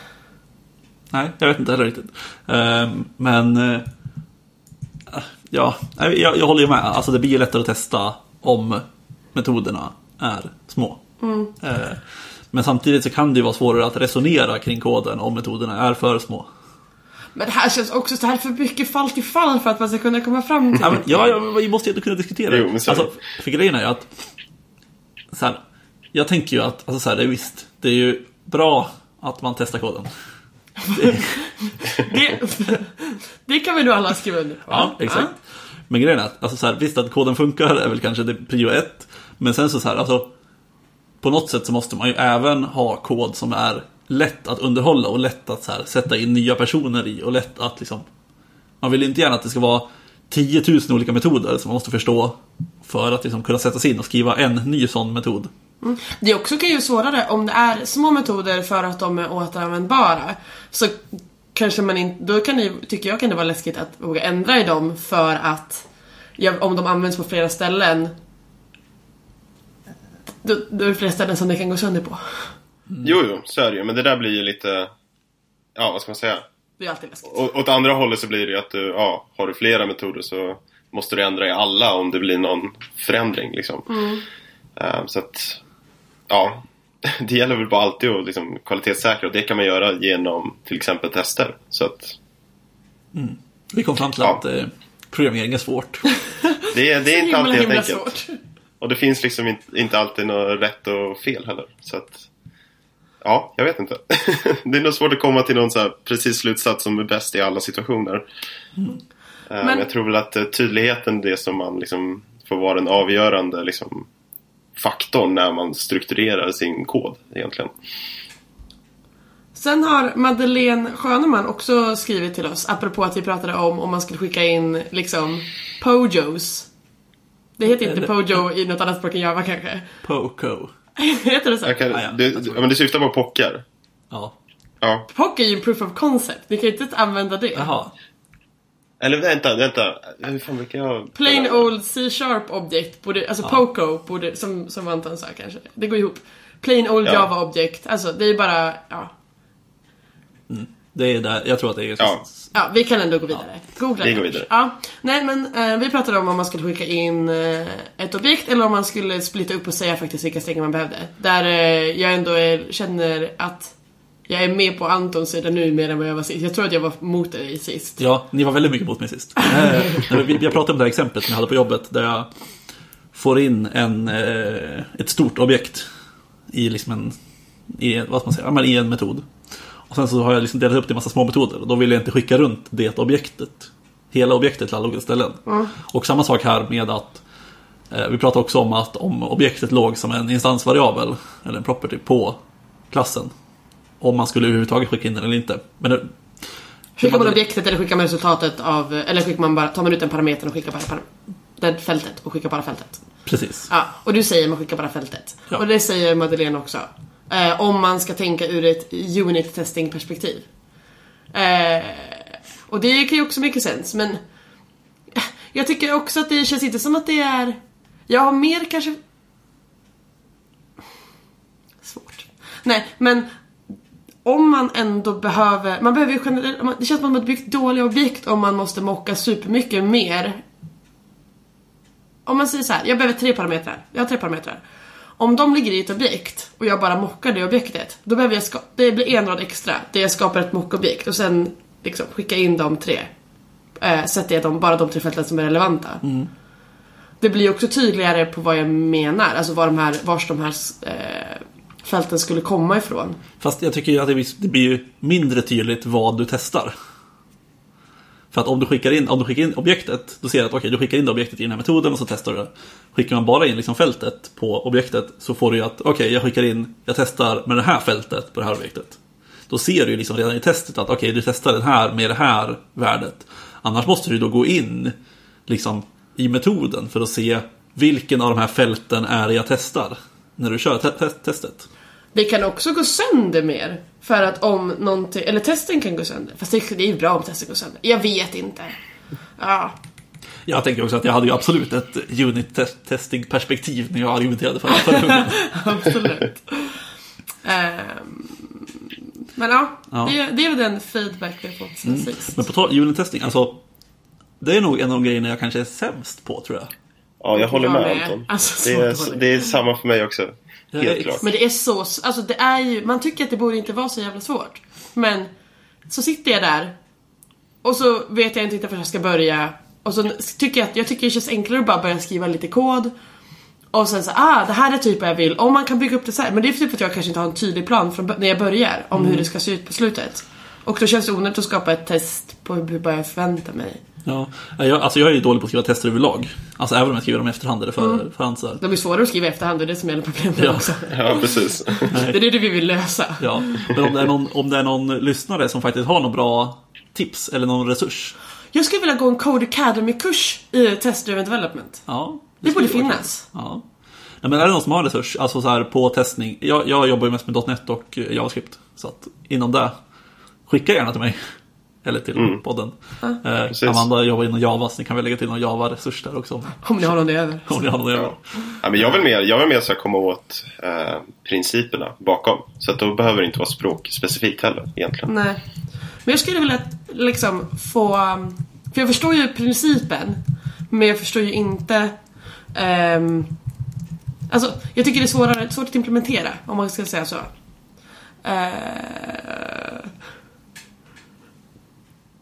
Nej, jag vet inte heller riktigt. Uh, men... Uh, ja, jag, jag håller ju med. Alltså det blir ju lättare att testa om metoderna är små. Mm. Uh, men samtidigt så kan det ju vara svårare att resonera kring koden om metoderna är för små. Men det här känns också så här för mycket fall till fall för att man ska kunna komma fram till ja, men, ja, ja, vi måste ju kunna diskutera. Jo, alltså, för grejen är ju att så här, jag tänker ju att alltså, så här, det är visst, det är ju bra att man testar koden. Det, det, det kan vi nog alla skriva under på. Ja, exakt. Ja. Men grejen är att alltså, så här, visst att koden funkar är väl kanske det prio ett. Men sen så, så här, alltså, på något sätt så måste man ju även ha kod som är lätt att underhålla och lätt att så här, sätta in nya personer i och lätt att liksom, man vill inte gärna att det ska vara tio tusen olika metoder som man måste förstå för att liksom kunna sätta sig in och skriva en ny sån metod. Mm. Det är också kan ju svårare om det är små metoder för att de är återanvändbara, så kanske man inte, då kan det, tycker jag kan det vara läskigt att våga ändra i dem för att ja, om de används på flera ställen då, då är det flera ställen som det kan gå sönder på. Mm. Jo, jo, så är det ju. Men det där blir ju lite... Ja, vad ska man säga? Det är alltid läskigt. Och åt andra hållet så blir det ju att du... Ja, har du flera metoder så måste du ändra i alla om det blir någon förändring, liksom. Mm. Uh, så att... Ja, det gäller väl bara alltid att liksom, kvalitetssäkra. Och det kan man göra genom till exempel tester. Så att... Mm. Vi kom fram till Ja. att eh, programmering är svårt. Det är, det är inte himla, alltid helt himla enkelt. svårt. Och det finns liksom inte, inte alltid något rätt och fel heller. Så att, ja, jag vet inte. Det är nog svårt att komma till någon så här precis slutsats som är bäst i alla situationer. Mm. Uh, men... men jag tror väl att uh, tydligheten är det som man liksom får vara den avgörande liksom, faktorn när man strukturerar sin kod egentligen. Sen har Madeleine Sjöneman också skrivit till oss, apropå att vi pratade om om man skulle skicka in liksom Pojos. Det heter inte Pojo i något annat språk än Java kanske. Poco. Heter det så? Jag kan, Ah, ja, det, jag men det syftar på pockar. Ja. Ja. Pock är ju en proof of concept. Ni kan ju inte använda det. Jaha. Eller vänta, vänta. Hur fan brukar jag... Plain old C-sharp object borde, alltså Ja. Poco borde, som, som Anton sa kanske. Det går ihop. Plain old Ja. Java object. Alltså det är bara, ja. Mm. Det är där, jag tror att det är... Ja. Ja, vi kan ändå gå vidare. Googla Vi det. går vidare. Ja. Nej, men eh, vi pratade om om man skulle skicka in eh, ett objekt eller om man skulle splitta upp och säga faktiskt vilka strängar man behövde. Där eh, jag ändå är, känner att jag är med på Antons sida nu mer än vad jag var sist. Jag tror att jag var mot dig sist. Ja, ni var väldigt mycket mot mig sist. eh, vi, vi har pratat om det här exemplet som jag hade på jobbet där jag får in en, eh, ett stort objekt i liksom en, i, vad ska man säga, ja, men i en metod. Och sen så har jag liksom delat upp det i massa små metoder. Och då vill jag inte skicka runt det objektet. Hela objektet till alla olika ställen. Mm. Och samma sak här med att eh, vi pratar också om att om objektet låg som en instansvariabel eller en property på klassen. Om man skulle överhuvudtaget skicka in den eller inte. Men det, skickar man objektet eller skickar man resultatet av, eller skickar man bara, tar man ut en parameter och skickar bara par, det fältet och skickar bara fältet. Precis. Ja, och du säger man skickar bara fältet. Ja. Och det säger Madeleine också. Eh, om man ska tänka ur ett unit testing perspektiv. Eh, och det kan ju också mycket sens, men jag tycker också att det känns inte som att det är, jag har mer kanske svårt. Nej, men om man ändå behöver, man behöver ju generellt, det känns som att man har byggt dåliga objekt om man måste mocka supermycket mer. Om man säger så här, jag behöver tre parametrar. Jag har tre parametrar. Om de ligger i ett objekt och jag bara mockar det objektet, då behöver jag ska- det blir en rad extra. Det jag skapar ett mockobjekt och sen liksom skicka in de tre. Eh, sätter jag dem, bara de tre fälten som är relevanta. Mm. Det blir också tydligare på vad jag menar, alltså var de här, vars de här eh, fälten skulle komma ifrån. Fast jag tycker att det blir, det blir ju mindre tydligt vad du testar. För att om du skickar in, om du skickar in objektet, då ser jag att okej, okay, du skickar in det objektet i den här metoden och så testar du det. Skickar man bara in liksom fältet på objektet så får du ju att okej, okay, jag skickar in, jag testar med det här fältet på det här objektet. Då ser du ju liksom redan i testet att okej, okay, du testar den här med det här värdet. Annars måste du då gå in liksom i metoden för att se vilken av de här fälten är jag testar när du kör te- te- testet. Det kan också gå sönder mer. För att om någonting, eller testen kan gå sönder. Fast det, det är ju bra om testen går sönder. Jag vet inte. Ja. Jag tänker också att jag hade ju absolut ett unit-testing-perspektiv när jag argumenterade för det. Absolut. um, men ja, ja. Det, det är väl den feedback vi har fått sen mm. sist. Men på tal unit-testing, alltså det är nog en av de grejerna jag kanske är sämst på, tror jag. Ja, jag håller Jag med, med. Anton. Alltså, det, svårt är, att hålla. det är samma för mig också. Helt är- klart. Men det är så, alltså det är ju, man tycker att det borde inte vara så jävla svårt. Men så sitter jag där och så vet jag inte riktigt var jag ska börja. Och så tycker jag att jag tycker det känns enklare att bara börja skriva lite kod. Och sen så, ah, det här är typ vad jag vill. Om man kan bygga upp det så här. Men det är typ för att jag kanske inte har en tydlig plan från, när jag börjar om mm. hur det ska se ut på slutet. Och då känns det onödigt att skapa ett test på hur bara jag förväntar mig. Ja, jag, alltså jag är ju dålig på att skriva tester överlag. Alltså även om jag skriver dem i efterhand eller för, Mm. förhand så här. Det blir svårare att skriva i efterhand, det är det som är problemet Ja. också. Ja, precis. Det är det vi vill lösa. Ja, men om det, är någon, om det är någon lyssnare som faktiskt har någon bra tips eller någon resurs. Jag skulle vilja gå en Code Academy-kurs i Test-Driven Development. Ja, Det borde skulle vara finnas. kul. Ja. Nej, men är det någon som har en resurs, alltså så här på testning. Jag, jag jobbar ju mest med .NET och JavaScript. Så att inom det, skicka gärna till mig. Eller till Mm. podden. Ja. eh, Amanda jobbar inom Java, så ni kan väl lägga till någon Java-resurs där också. Om ni har någon det över. Om ni har någon över. Ja. Ja, men jag vill mer, jag vill mer så här komma åt eh, principerna bakom. Så att då behöver det inte vara språk specifikt heller egentligen. Nej. Men jag skulle vilja liksom få... För jag förstår ju principen. Men jag förstår ju inte... ehm, alltså, jag tycker det är svårare, svårt att implementera. Om man ska säga så. Uh,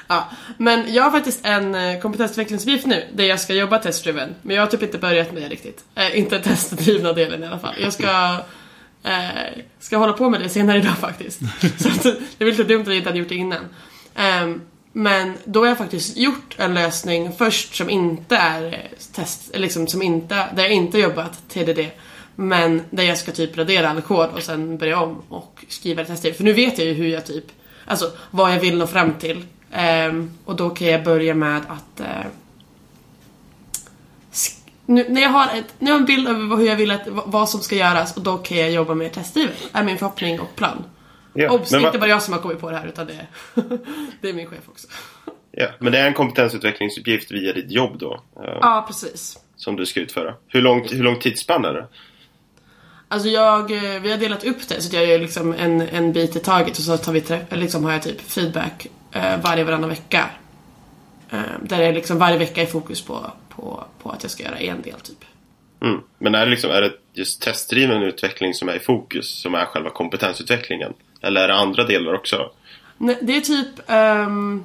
Ja, men jag har faktiskt en eh, kompetensutvecklingsuppgift nu där jag ska jobba testdriven. Men jag har typ inte börjat med det riktigt. Eh, inte testdrivna delen i alla fall. Jag ska eh, ska hålla på med det senare idag faktiskt. Så att, det är lite dumt att jag inte hade gjort det innan. Um, men då har jag faktiskt gjort en lösning först som inte är test, liksom som inte, där jag inte jobbat T D D. Men där jag ska typ radera all kod och sen börja om och skriva det testet. För nu vet jag ju hur jag typ, alltså vad jag vill nå fram till. Um, och då kan jag börja med att uh, sk- nu, när jag har ett, nu har jag en bild över hur jag vill att, vad som ska göras. Och då kan jag jobba med testdrivet. Är min förhoppning och plan. Ja, Obs, men va- inte bara jag som har kommit på det här, utan det, det är min chef också. Ja, men det är en kompetensutvecklingsuppgift via ditt jobb då. eh, Ja, precis. Som du ska utföra. Hur långt, hur lång tidsspann är det? Alltså jag, eh, vi har delat upp det så att jag gör liksom en, en bit i taget. Och så tar vi träff, eller liksom har jag typ feedback eh, varje varannan vecka. Eh, där är liksom varje vecka i fokus på, på, på att jag ska göra en del typ. Mm. Men är det, liksom, är det just testdriven utveckling som är i fokus, som är själva kompetensutvecklingen? Eller är det andra delar också? Nej, det är typ um,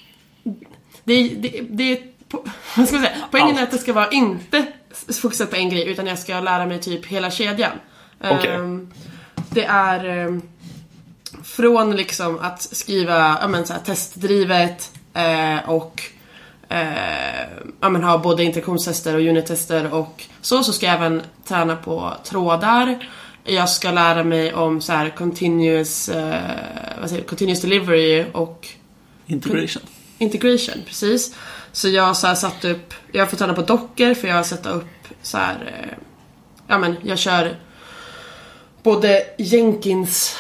det, det, det är på, vad ska man säga? Poängen är att det ska vara inte fokusat på en grej, utan jag ska lära mig typ hela kedjan. Okay. um, Det är um, från liksom att skriva ja, men, så här, testdrivet eh, och eh, ja, men, ha både integrationstester och unittester och så, så ska jag även träna på trådar. Jag ska lära mig om så här continuous, eh, vad säger, continuous delivery och Integration. integration, precis. Så jag har så här satt upp, jag har fått träna på docker för jag har satt upp så här, eh, ja men jag kör både Jenkins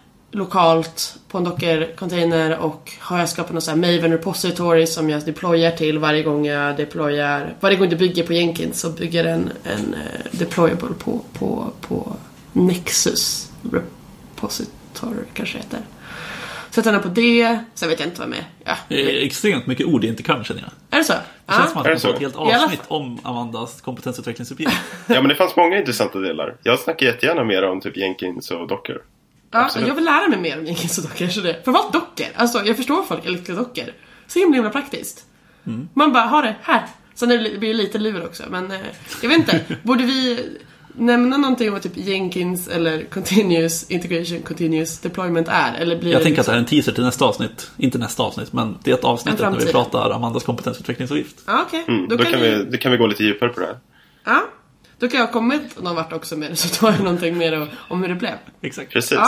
lokalt på en Docker-container och har jag skapat någon så här Maven repository som jag deployar till varje gång jag deployar, varje gång det bygger på Jenkins så bygger en, en uh, deployable på, på, på Nexus repository kanske heter. Så jag tränar på det, sen vet jag inte vad med. Ja. Det är extremt mycket ord jag inte kan, känner jag. Är det så? Det Ja. känns som att Är man det så? får ett helt avsnitt om Amandas kompetensutvecklingsuppgift. Ja, men det fanns många intressanta delar. Jag snackar jättegärna mer om typ Jenkins och Docker. Ja, Absolut. jag vill lära mig mer om Jenkins och Docker. Så det. För vad Docker? Alltså, jag förstår folk älskar Docker. Så himla himla praktiskt. Mm. Man bara, ha det här. Sen är det, blir det lite lur också. Men eh, jag vet inte. Borde vi nämna någonting om vad typ Jenkins eller Continuous Integration, Continuous Deployment är? Eller blir Jag det tänker liksom... att det är en teaser till nästa avsnitt. Inte nästa avsnitt, men det är ett avsnitt när vi pratar Amandas kompetensutvecklingsuppgift. Ja, okej. Okay. Mm, då, då, kan vi, då kan vi gå lite djupare på det här. Ja, då kan jag ha kommit någon vart också med det. Så tar jag någonting mer om hur det blev. Exakt. Precis. Ja.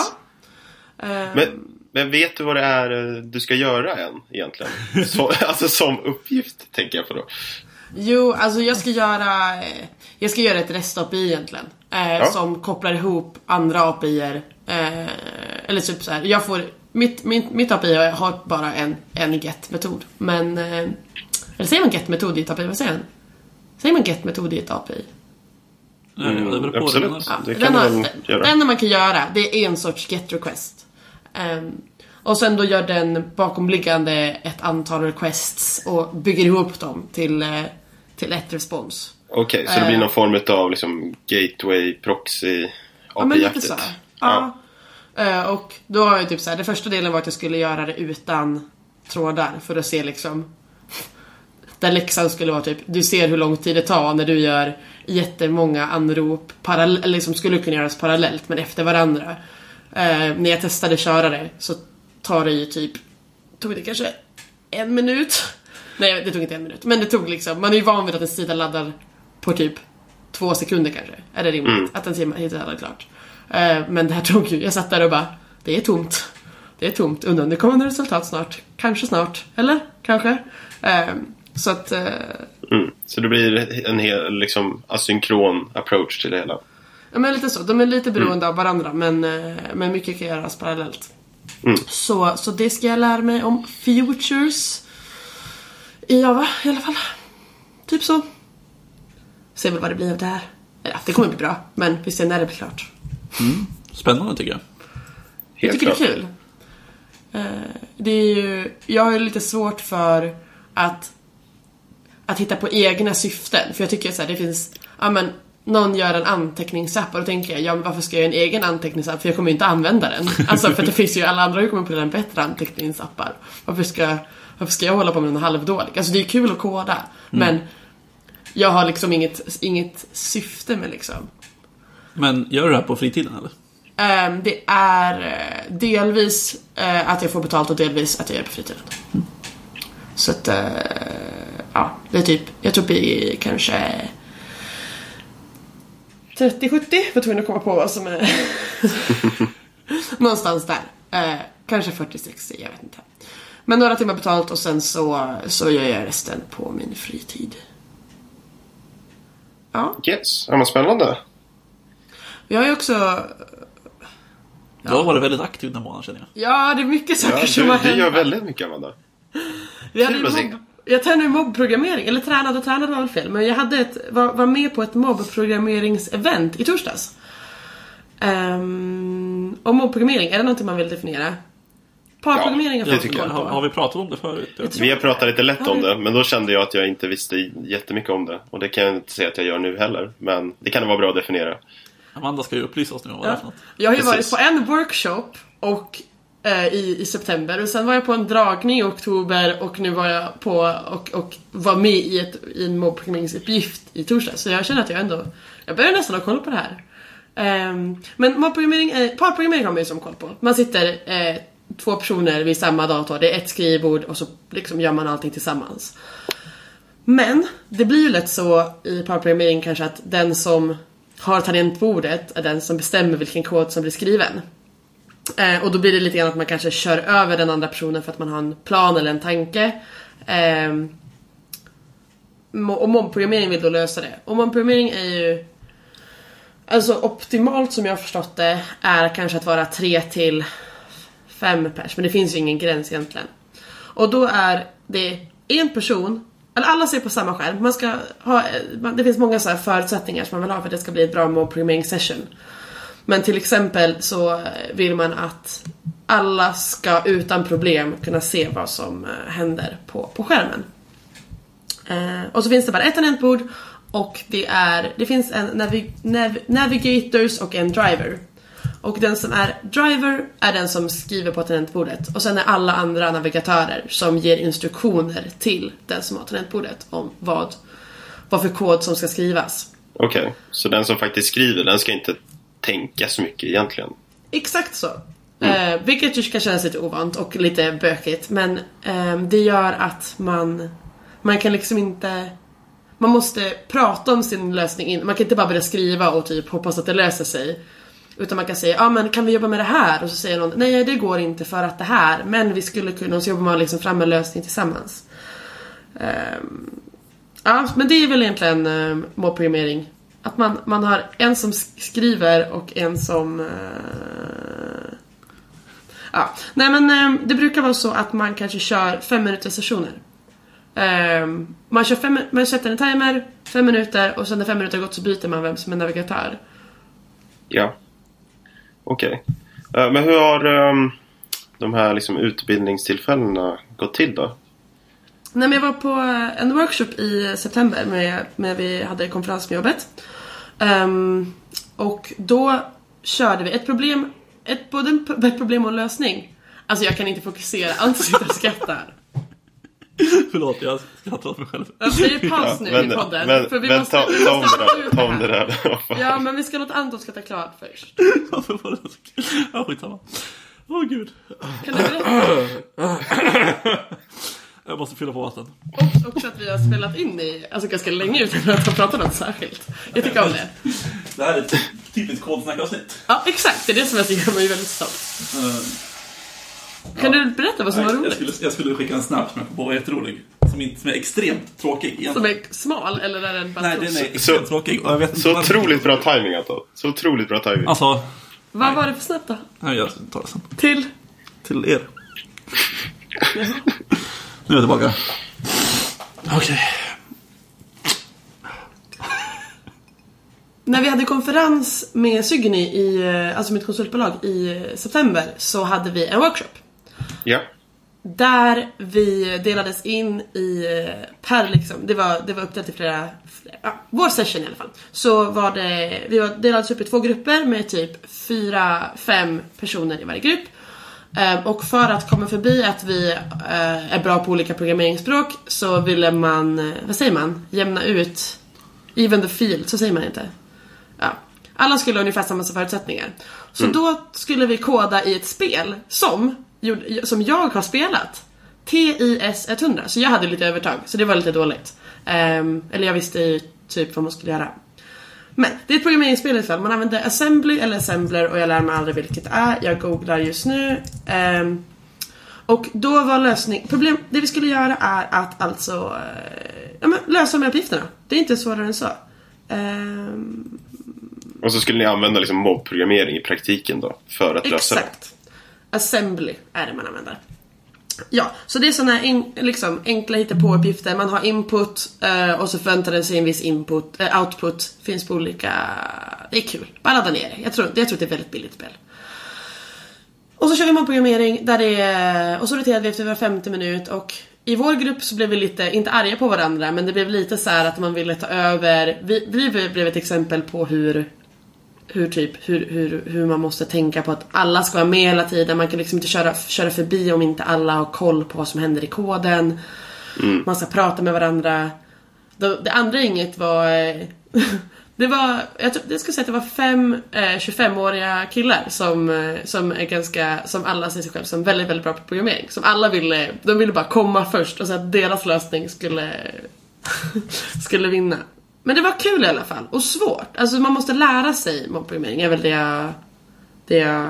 Men, men vet du vad det är du ska göra än egentligen? Så, alltså som uppgift tänker jag på då. Jo, alltså jag ska göra Jag ska göra ett REST-A P I egentligen eh, Ja. som kopplar ihop andra A P I-er eh, eller typ så här. Jag får mitt, mitt, mitt A P I har bara en, en get-metod. Men eh, eller säger man get-metod i ett A P I? Vad säger man? Säger man get-metod i ett A P I? Mm, det beror på absolut. det. Ja, Det kan den, man har, väl den, göra. det enda man kan göra, det är en sorts get-request. Um, och sen då gör den bakomliggande ett antal requests och bygger ihop dem till, eh, till ett respons. Okej, okay, så det blir någon form av liksom gateway, proxy, Ja, men lite A P I-aktigt. så. Ja. Ja. Uh, och då har jag typ så här, det första delen var att jag skulle göra det utan trådar för att se liksom där läxan skulle vara typ, du ser hur lång tid det tar när du gör jättemånga anrop parallell, eller liksom skulle kunna göras parallellt men efter varandra. Uh, när jag testade köra det så tar det ju typ, tog det kanske en minut. Nej, det tog inte en minut, men det tog liksom, man är ju van vid att en sida laddar på typ två sekunder kanske. Är det rimligt Mm. att en sida hittar laddar klart. Uh, men det här tog ju, jag satt där och bara, det är tomt. Det är tomt, undrar om det kommer några resultat snart. Kanske snart, eller? Kanske. Uh, så att... Uh, Mm. Så det blir en hel liksom asynkron approach till det hela. ja, men lite så. De är lite beroende mm. av varandra, men, uh, men mycket kan göras parallellt. Mm. Så, så det ska jag lära mig om futures i Java i alla fall. Typ så. Se väl vad det blir av det här. Ja, det kommer bli bra, men vi ser när det blir klart. Mm. Spännande tycker jag. Jag Helt tycker klart. det är kul. Uh, det är ju, jag har ju lite svårt för att att hitta på egna syften. För jag tycker så här, det finns, ja men någon gör en anteckningsapp och då tänker jag, ja men varför ska jag göra en egen anteckningsapp? För jag kommer ju inte använda den. Alltså för det finns ju alla andra som kommer på den bättre anteckningsappar. Varför ska, varför ska jag hålla på med någon halvdålig? Alltså det är kul att koda, mm. men jag har liksom inget, inget syfte med liksom. Men gör du det här på fritiden eller? Um, det är uh, delvis uh, att jag får betalt och delvis att jag gör det på fritiden. Mm. Så att, uh, ja, det är typ, jag tror i kanske trettio sjuttio, för tvungen att komma på vad som är någonstans där. Uh, kanske fyrtio sextio, jag vet inte. Men några timmar betalt och sen så, så gör jag resten på min fritid. Ja. Yes, är man spännande? Jag har ju också... Ja. Du har varit väldigt aktiv den månaden, känner jag. Ja, det är mycket saker ja, som du, har hänt. Du gör väldigt mycket, Amanda. Jag, hade mobb, jag tränade mobbprogrammering. Eller tränade och tränade var väl fel. Men jag hade ett, var, var med på ett mobbprogrammeringsevent i torsdags. Um, och mobbprogrammering, är det någonting man vill definiera? Parprogrammering ja, det tycker jag. Har, har vi pratat om det förut? Vi har pratat lite lätt om det. Men då kände jag att jag inte visste jättemycket om det. Och det kan jag inte säga att jag gör nu heller. Men det kan vara bra att definiera. Amanda ska ju upplysa oss nu om vad ja. det är för något. Jag har ju Precis. varit på en workshop och, eh, i, i september. Och sen var jag på en dragning i oktober. Och nu var jag på och, och var med i, ett, i en mobbprogrammeringsuppgift i torsdag. Så jag känner att jag ändå... Jag börjar nästan ha koll på det här. Um, men mobbprogrammering, eh, parprogrammering har man ju som koll på. Man sitter... Eh, två personer vid samma dator. Det är ett skrivbord och så liksom gör man allting tillsammans. Men det blir ju lätt så i parprogrammering kanske att den som har tangentbordet är den som bestämmer vilken kod som blir skriven. Eh, och då blir det lite grann att man kanske kör över den andra personen för att man har en plan eller en tanke. Eh, och mobbprogrammering vill då lösa det. Och mobbprogrammering är ju... Alltså optimalt som jag har förstått det är kanske att vara tre till fem pers, men det finns ju ingen gräns egentligen. Och då är det en person, eller alla ser på samma skärm. Man ska ha, det finns många så här förutsättningar som man vill ha för att det ska bli ett bra mobbprogrammering-session. Men till exempel så vill man att alla ska utan problem kunna se vad som händer på, på skärmen. Eh, och så finns det bara ett tangentbord och det, är, det finns en navi, nav, navigators och en driver. Och den som är driver är den som skriver på tangentbordet. Och sen är alla andra navigatörer som ger instruktioner till den som har tangentbordet om vad, vad för kod som ska skrivas. Okej, okay. Så den som faktiskt skriver, den ska inte tänka så mycket egentligen? Exakt så. Mm. Eh, vilket ju kan kännas lite ovant och lite bökigt. Men eh, det gör att man, man kan liksom inte... Man måste prata om sin lösning in. Man kan inte bara börja skriva och typ hoppas att det löser sig. Utan man kan säga, ja ah, men kan vi jobba med det här? Och så säger någon, nej det går inte för att det här. Men vi skulle kunna, så jobba man liksom fram en lösning tillsammans. Um, ja, men det är väl egentligen um, mobbprogrammering. Att man, man har en som skriver och en som... Uh, ja, nej men um, det brukar vara så att man kanske kör fem minuters sessioner. Um, man, kör fem, man sätter en timer, fem minuter och sen när fem minuter har gått så byter man vem som är navigatör. Ja. Okej. Okay. Uh, men hur har um, de här liksom utbildningstillfällena gått till då? Nej, men jag var på en workshop i september med, med vi hade konferens med jobbet. Um, och då körde vi ett problem, ett, både ett problem och en lösning. Alltså jag kan inte fokusera, Anton sitter och skrattar. Förlåt, jag skrattar åt mig själv. Det är paus nu ja, men, i podden. Men, för vi men måste, ta, vi ta om måste det där. Ta om det där. Ja, men vi ska låta Anton skratta klart först. Varför var det så kul? Ja, skitsamma. Åh, oh, gud. Kan du berätta? Jag måste fylla på vatten. Och också att vi har spelat in i, alltså ganska länge utan att ha pratat något särskilt. Jag tycker om det. Det här är ett typiskt kodsnackavsnitt. Ja, exakt. Det är det som jag tycker man är väldigt stolt. Uh. Kan ja. du berätta vad som Nej, var roligt? Jag skulle, jag skulle skicka en snap som jag kom på var jätterolig. Som, inte, som är extremt tråkig egentligen. Som är smal eller är den bara Nej, den är extremt så, tråkig. Och jag vet så otroligt bra timing alltså. Så otroligt bra timing. Alltså, vad nej. var det för snabbt då? Nej, jag tar det sen. Till? Till er. Nu är jag tillbaka. Okej. Okay. När vi hade konferens med Sygny i, alltså mitt konsultbolag i september, så hade vi en workshop. Ja. Där vi delades in i per liksom, det var, det var uppdelat i flera, flera ja, vår session i alla fall. Så var det, vi var delades upp i två grupper med typ fyra, fem personer i varje grupp. Eh, och för att komma förbi att vi eh, är bra på olika programmeringsspråk så ville man, eh, vad säger man, jämna ut even the field, så säger man inte. Ja. Alla skulle ha ungefär samma förutsättningar. Så mm. då skulle vi koda i ett spel som, som jag har spelat. T I S hundra. Så jag hade lite övertag. Så det var lite dåligt. Um, eller jag visste ju typ vad man skulle göra. Men det är ett programmeringsspel i alla fall. Man använder assembly eller assembler. Och jag lär mig aldrig vilket det är. Jag googlar just nu. Um, och då var lösning... Problem, det vi skulle göra är att alltså... Uh, ja, men lösa de här uppgifterna. Det är inte svårare än så. Um, och så skulle ni använda liksom mobbprogrammering i praktiken då. För att lösa det. Exakt. Assembly är det man använder. Ja, så det är sådana in, liksom, enkla hittepåuppgifter. Man har input eh, och så förväntar den sig en viss input, eh, output. Finns på olika... Det är kul, bara ladda ner det. Jag tror, jag tror att det är ett väldigt billigt spel. Och så kör vi mobbprogrammering där det är, och så roterar vi efter var femtio minut. Och i vår grupp så blev vi lite, inte arga på varandra, men det blev lite så här att man ville ta över. Vi, vi blev ett exempel på hur... Hur, typ, hur, hur, hur man måste tänka på att alla ska vara med hela tiden. Man kan liksom inte köra, köra förbi om inte alla har koll på vad som händer i koden. Mm. Man ska prata med varandra. Det, det andra inget var... Det var, jag, tror, jag skulle säga att det var fem eh, tjugofemåriga killar som, eh, som är ganska, som alla ser sig själv som väldigt, väldigt bra på programmering. Som alla ville, de ville bara komma först och så att deras lösning skulle, skulle vinna. Men det var kul i alla fall. Och svårt. Alltså man måste lära sig mobbprogrammering. är väl det jag, det jag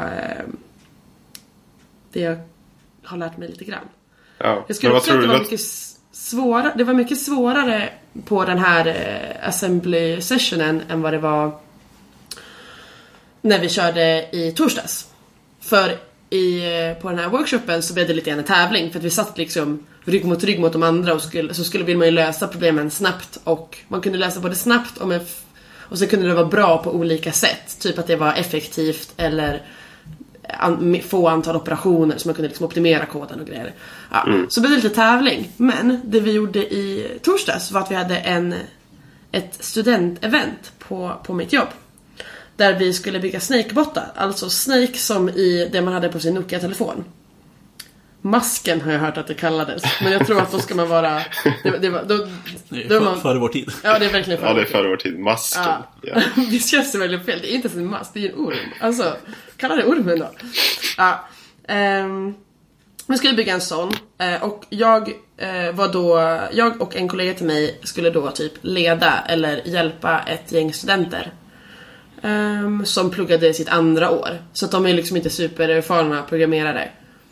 Det jag har lärt mig lite grann. Ja. Jag skulle vad säga att det var du? mycket svårare. Det var mycket svårare på den här eh, assembly sessionen än vad det var när vi körde i torsdags. För i, på den här workshopen så blev det lite grann en tävling. För att vi satt liksom rygg mot rygg mot de andra. Och skulle, så skulle vill man ju lösa problemen snabbt. Och man kunde lösa både snabbt och, med, och så kunde det vara bra på olika sätt. Typ att det var effektivt eller an, få antal operationer. Så man kunde liksom optimera koden och grejer. Ja, mm. Så blev det lite tävling. Men det vi gjorde i torsdags var att vi hade en, ett studentevent på, på mitt jobb. Där vi skulle bygga Snake-bottar. Alltså Snake som i det man hade på sin Nokia-telefon. Masken har jag hört att det kallades. Men jag tror att då ska man vara... Det, det var, då, Nej, då för, man, före vår tid. Ja, det är verkligen före ja, det är vår tid. före vår tid. Masken. Ja. Ja. Visst känns det väldigt fel. Det är inte ens en mask, det är en orm. Alltså, kalla det ormen då. Ja. Um, vi skulle bygga en sån. Uh, och jag uh, var då... Jag och en kollega till mig skulle då typ leda eller hjälpa ett gäng studenter. Um, som pluggade sitt andra år. Så att de är liksom inte supererfarna programmerare.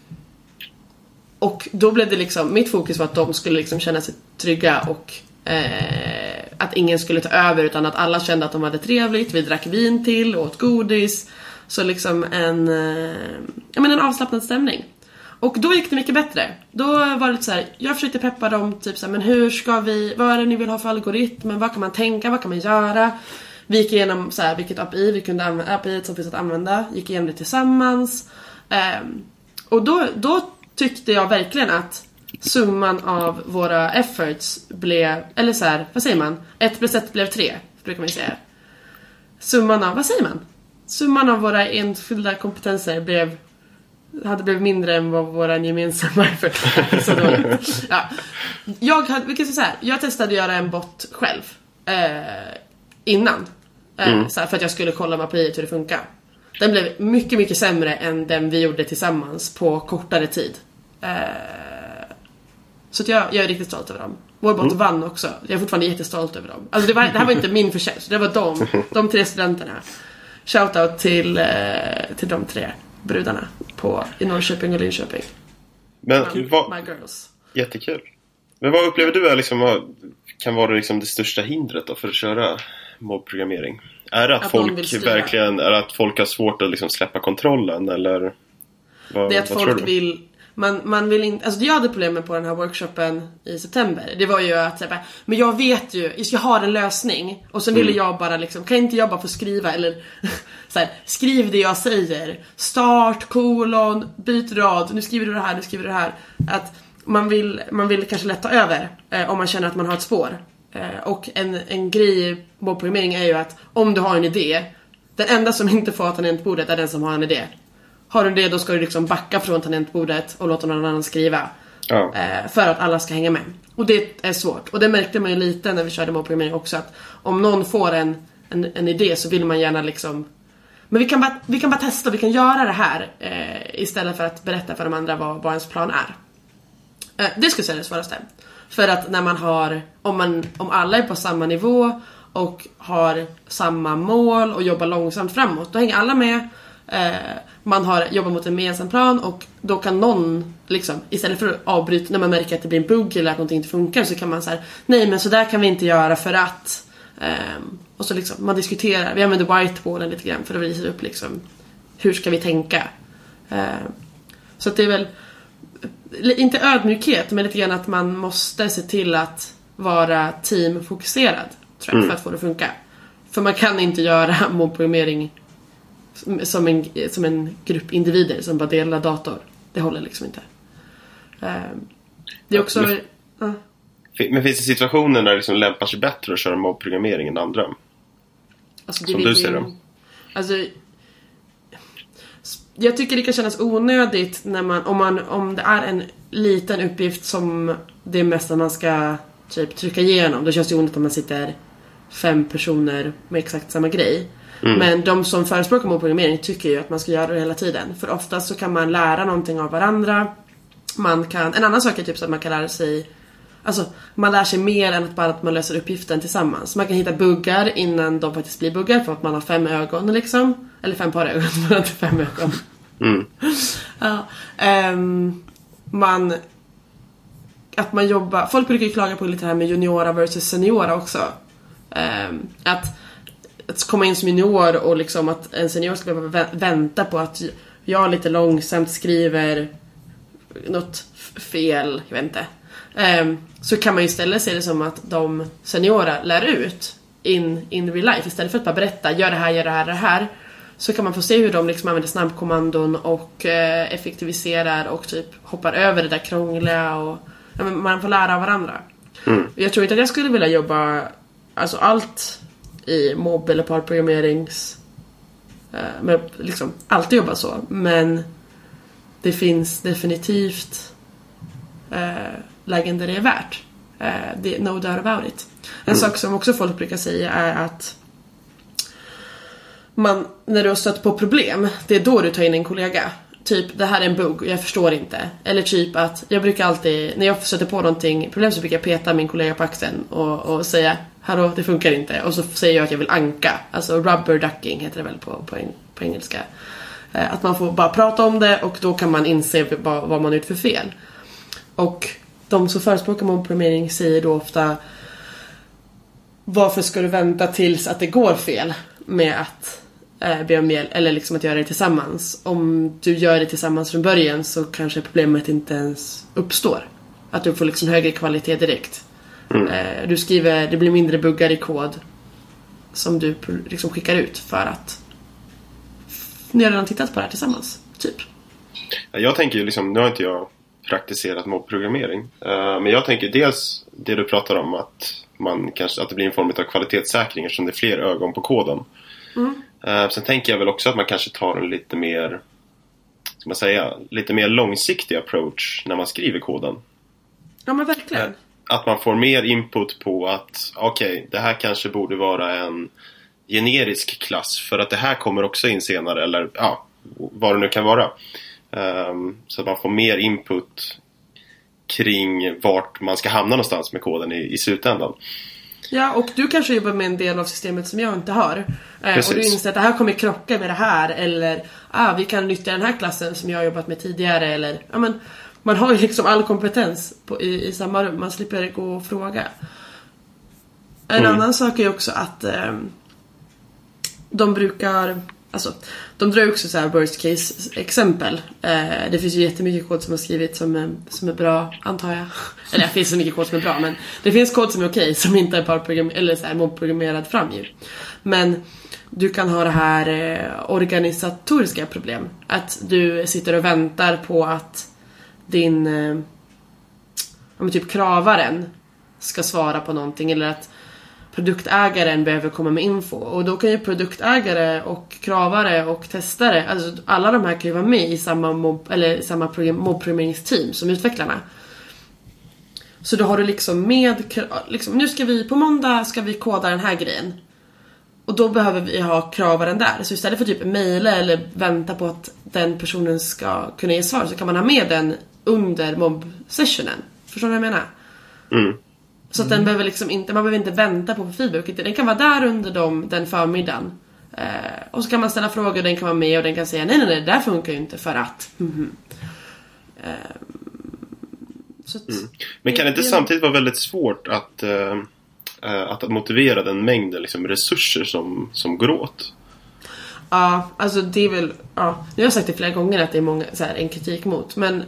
Och då blev det liksom, mitt fokus var att de skulle liksom känna sig trygga och eh, att ingen skulle ta över utan att alla kände att de hade trevligt. Vi drack vin till och åt godis. Så liksom en, eh, jag menar en avslappnad stämning. Och då gick det mycket bättre. Då var det lite så här, jag försökte peppa dem typ så här, men hur ska vi, vad är det ni vill ha för algoritm? Vad kan man tänka, vad kan man göra? Vi gick igenom så här, vilket A P I vi kunde använda, A P I som finns att använda. Gick igenom det tillsammans. Eh, och då, då tyckte jag verkligen att summan av våra efforts blev, eller så här, vad säger man? Ett plus ett blev tre, brukar man säga. Summan av, vad säger man? Summan av våra enskilda kompetenser blev, hade blivit mindre än vad våra gemensamma efforts. Så då, ja. Jag hade, vilket är så här, jag testade att göra en bot själv eh, innan. Eh, mm. så här, för att jag skulle kolla med A P I hur det funkar. Den blev mycket, mycket sämre än den vi gjorde tillsammans på kortare tid. Eh, så att jag, jag är riktigt stolt över dem. Vår bot mm. vann också. Jag är fortfarande jättestolt över dem. Alltså det, var, det här var inte min förtjänst. Det var de, de tre studenterna. Shoutout till, eh, till de tre brudarna på, i Norrköping och Linköping. Men, my, vad, my girls. Jättekul. Men vad upplever du är liksom, kan vara liksom det största hindret då för att köra mobbprogrammering? Är det att, att folk verkligen, är det att folk har svårt att liksom släppa kontrollen eller vad, det är att vad folk vill man, man vill inte, alltså jag hade problem med på den här workshopen i september. Det var ju att säga, men jag vet ju, jag har en lösning och så ville mm. jag bara liksom, kan inte jag bara få skriva eller så här, skriv det jag säger, start, kolon, byt rad, nu skriver du det här, nu skriver du det här. Att man vill, man vill kanske lätta över eh, om man känner att man har ett spår. Och en, en grej i mobbprogrammering är ju att om du har en idé, den enda som inte får tangentbordet är den som har en idé. har du det, då ska du liksom backa från tangentbordet och låta någon annan skriva. Ja. Eh, för att alla ska hänga med. Och det är svårt. Och det märkte man ju lite när vi körde mobbprogrammering också, att om någon får en, en, en idé så vill man gärna liksom, men vi kan bara, vi kan bara testa, vi kan göra det här eh, istället för att berätta för de andra vad, vad ens plan är. Eh, det skulle säga det svåraste. För att när man har, om, man, om alla är på samma nivå och har samma mål och jobbar långsamt framåt, då hänger alla med. Eh, man har jobbat mot en gemensam plan, och då kan någon liksom, istället för att avbryta när man märker att det blir en bugg eller att någonting inte funkar, så kan man säga nej men så där kan vi inte göra för att eh, och så liksom man diskuterar, vi använder whiteboarden lite grann för att visa upp liksom hur ska vi tänka. eh, så att det är väl inte ödmjukhet, men lite grann att man måste se till att vara teamfokuserad, tror jag, mm. för att få det att funka. För man kan inte göra mobbprogrammering som en, som en grupp individer som bara delar dator. Det håller liksom inte. Det är också... Men, ja. men finns det situationer där det liksom lämpar sig bättre att köra mobbprogrammering än andra? Alltså, det som du ser det? Alltså, jag tycker det kan kännas onödigt när man, om, man, om det är en liten uppgift som det är mest att man ska typ trycka igenom. Då känns det onödigt om man sitter fem personer med exakt samma grej. Mm. Men de som förespråkar mobbprogrammering tycker ju att man ska göra det hela tiden. För oftast så kan man lära någonting av varandra. Man kan, en annan sak är typ så att man kan lära sig, alltså man lär sig mer än att bara att man löser uppgiften tillsammans. Man kan hitta buggar innan de faktiskt blir buggar, för att man har fem ögon liksom. Eller fem par ögon, man har inte fem ögon. Mm. Ja, um, man att man jobbar, folk brukar ju klaga på lite här med juniora versus seniora också. Um, att att komma in som junior och liksom att en senior ska behöva vänta på att jag lite långsamt skriver något fel, jag vet inte. Um, så kan man ju istället se det som att de seniora lär ut in, in real life. Istället för att bara berätta, gör det här, gör det här, det här. Så kan man få se hur de liksom använder snabbkommandon och eh, effektiviserar och typ hoppar över det där krångliga. Och, ja, man får lära av varandra. Mm. Jag tror inte att jag skulle vilja jobba alltså allt i mobb- eller parprogrammerings eh, men liksom alltid jobba så. Men det finns definitivt eh, lägen där det är värt. Eh, det, no doubt about it. En mm. sak som också folk brukar säga är att man, när du har stött på problem, det är då du tar in en kollega. Typ, det här är en bugg och jag förstår inte. Eller typ att jag brukar alltid, när jag stöter på någonting problem, så brukar jag peta min kollega på axeln och, och säga, hallå, det funkar inte. Och så säger jag att jag vill anka. Alltså rubber ducking heter det väl på, på, på engelska. Eh, att man får bara prata om det, och då kan man inse vad, vad man har gjort för fel. Och de som förespråkar mobbprogrammering säger då ofta, varför ska du vänta tills att det går fel med att eh, be om hjälp, eller liksom att göra det tillsammans? Om du gör det tillsammans från början så kanske problemet inte ens uppstår. Att du får liksom högre kvalitet direkt. Mm. Eh, du skriver, det blir mindre buggar i kod som du liksom skickar ut för att ni har redan tittat på det här tillsammans, typ. Jag tänker ju liksom, nu har inte jag praktiserat mobbprogrammering, uh, men jag tänker dels det du pratar om, att man kanske, att det blir en form av kvalitetssäkring eftersom det är fler ögon på koden. Mm. Uh, sen tänker jag väl också att man kanske tar en lite mer, ska man säga, lite mer långsiktig approach när man skriver koden. Ja, men verkligen. Uh, att man får mer input på att okej, okay, det här kanske borde vara en generisk klass för att det här kommer också in senare, eller ja, vad det nu kan vara. Um, så att man får mer input kring vart man ska hamna någonstans med koden i, i slutändan. Ja, och du kanske jobbar med en del av systemet som jag inte har. Eh, och du inser att det här kommer krocka med det här, eller ah, vi kan nyttja den här klassen som jag har jobbat med tidigare, eller ja, men man har ju liksom all kompetens på, i, i samma rum. Man slipper gå och fråga. En mm. annan sak är också att eh, de brukar, alltså de drar också så här worst case exempel. Eh, det finns ju jättemycket kod som har skrivit som är, som är bra, antar jag. Eller det finns så mycket kod som är bra, men det finns kod som är okej, som inte är parprogram eller så här mobbprogrammerad fram ju. Men du kan ha det här eh, organisatoriska problem. Att du sitter och väntar på att din eh, typ kravaren ska svara på någonting, eller att produktägaren behöver komma med info. Och då kan ju produktägare och kravare och testare, alltså alla de här kan ju vara med i samma mob, eller samma program, mobbprogrammeringsteam som utvecklarna. Så då har du liksom med liksom, nu ska vi på måndag ska vi koda den här grejen. Och då behöver vi ha kravaren där. Så istället för typ mejla eller vänta på att den personen ska kunna ge svar, så kan man ha med den under mobb-sessionen. Förstår du vad jag menar? Mm. Så att den behöver liksom inte, man behöver inte vänta på feedback. Den kan vara där under dem, den förmiddagen. Eh, och så kan man ställa frågor, och den kan vara med och den kan säga nej nej nej, det där funkar ju inte för att. Mm-hmm. Eh, så att, mm. Men kan det inte det, samtidigt vara väldigt svårt att, uh, att motivera den mängden liksom, resurser som, som går åt? Ja, alltså det är väl, ja, nu har jag sagt det flera gånger att det är många, så här, en kritik mot, men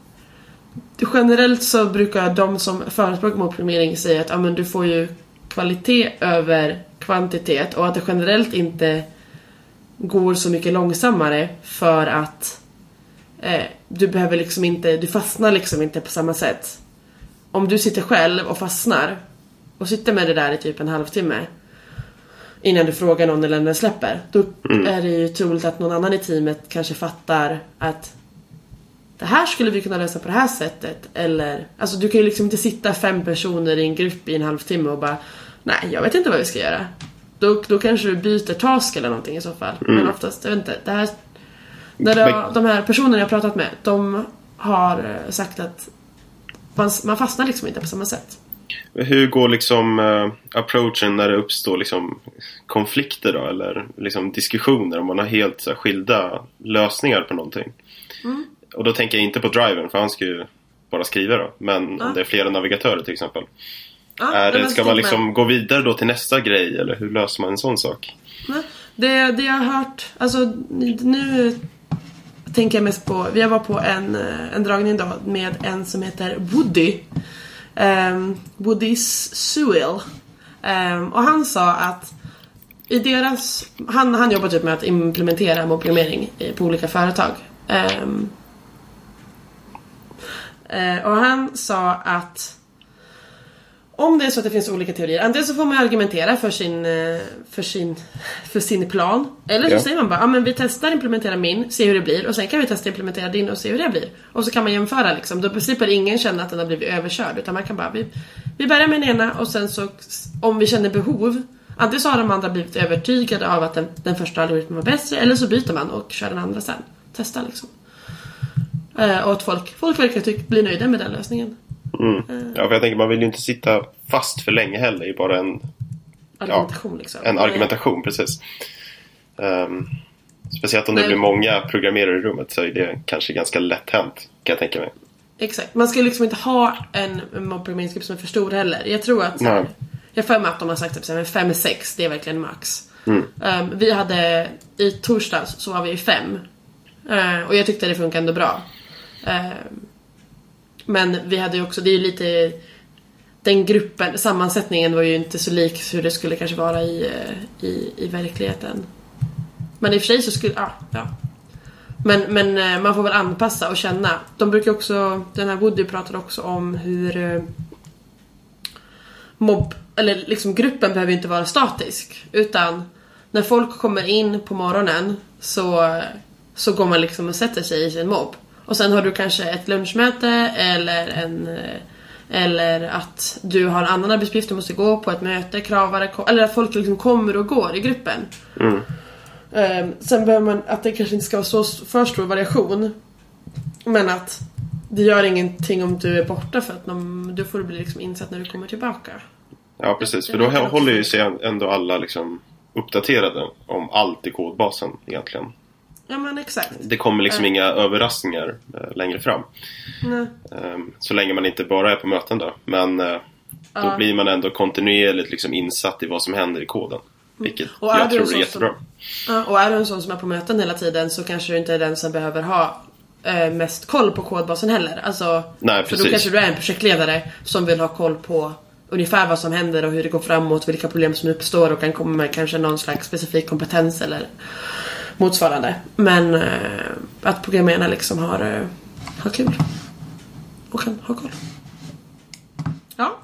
generellt så brukar de som förespråkar mobbprogrammering säga att ja, men du får ju kvalitet över kvantitet, och att det generellt inte går så mycket långsammare för att eh, du behöver liksom inte, du fastnar liksom inte på samma sätt. Om du sitter själv och fastnar och sitter med det där i typ en halvtimme innan du frågar någon eller när den släpper, då mm. är det ju troligt att någon annan i teamet kanske fattar att det här skulle vi kunna lösa på det här sättet. Eller, alltså du kan ju liksom inte sitta fem personer i en grupp i en halvtimme och bara nej, jag vet inte vad vi ska göra. Då, då kanske du byter task eller någonting i så fall. Mm. Men oftast, jag vet inte, det här, när det, de här personerna jag har pratat med, de har sagt att man, man fastnar liksom inte på samma sätt. Hur går liksom uh, approachen när det uppstår liksom konflikter då, eller liksom diskussioner om man har helt så här, skilda lösningar på någonting? Mm. Och då tänker jag inte på drivern, för han ska ju bara skriva då. Men ja. Om det är flera navigatörer till exempel. Ja, är det, ska man liksom med. gå vidare då till nästa grej? Eller hur löser man en sån sak? Nej, det, det jag har hört, alltså nu tänker jag mest på, vi var på en, en dragning då med en som heter Woody. Um, Woody Sewell. Um, och han sa att i deras, han, han jobbar typ med att implementera mobbprogrammering på olika företag. Um, uh, och han sa att om det är så att det finns olika teorier, antingen så får man argumentera för sin, för sin, för sin plan, eller så ja. säger man bara, ja men vi testar implementera min, se hur det blir, och sen kan vi testa implementera din och se hur det blir. Och så kan man jämföra liksom, då slipper ingen känna att den har blivit överkörd, utan man kan bara, vi, vi börjar med den ena, och sen så om vi känner behov, antingen så har de andra blivit övertygade av att den, den första algoritmen var bättre, eller så byter man och kör den andra sen. Testa liksom. Uh, och att folk, folk verkar tyck, bli nöjda med den lösningen. Mm. Ja, för jag tänker man vill ju inte sitta fast för länge heller i bara en argumentation, ja, liksom. En argumentation, precis. Um, speciellt om det Men, blir många programmerare i rummet, så är det kanske ganska lätt hänt, kan jag tänka mig. Exakt, man ska liksom inte ha en mobbprogrammeringsgrupp som är för stor heller. Jag tror att här, jag får med att de har sagt att fem sex, det är verkligen max. Mm. Um, vi hade i torsdags så var vi fem. Uh, och jag tyckte det funkade ändå bra. Uh, Men vi hade ju också, det är ju lite, den gruppen, sammansättningen var ju inte så lik hur det skulle kanske vara i, i, i verkligheten. Men i och för sig så skulle, ja, ja. Men, men man får väl anpassa och känna. De brukar också, den här Woody pratade också om hur mobb, eller liksom gruppen behöver ju inte vara statisk. Utan när folk kommer in på morgonen så, så går man liksom och sätter sig i sin mobb. Och sen har du kanske ett lunchmöte eller en eller att du har en annan arbetsuppgift, du måste gå på ett möte, kravare, eller att folk liksom kommer och går i gruppen. Mm. Um, sen behöver man att det kanske inte ska vara så för stor variation, men att det gör ingenting om du är borta, för att de, du får bli liksom insatt när du kommer tillbaka. Ja, precis, för då håller ju sig ändå alla liksom uppdaterade om allt i kodbasen egentligen. Ja, men exakt. Det kommer liksom äh. inga överraskningar äh, längre fram. Nej. Ähm, så länge man inte bara är på möten då. Men äh, då uh. blir man ändå kontinuerligt liksom insatt i vad som händer i koden. Vilket och jag tror är jättebra. Som, uh, och är du en sån som är på möten hela tiden, så kanske du inte är den som behöver ha uh, mest koll på kodbasen heller. Alltså, Nej, för då kanske du är en projektledare som vill ha koll på ungefär vad som händer och hur det går framåt, vilka problem som uppstår, och kan komma med kanske någon slags specifik kompetens eller motsvarande. Men äh, att programmerarna liksom har, äh, har kul och kan ha koll. Ja, nej.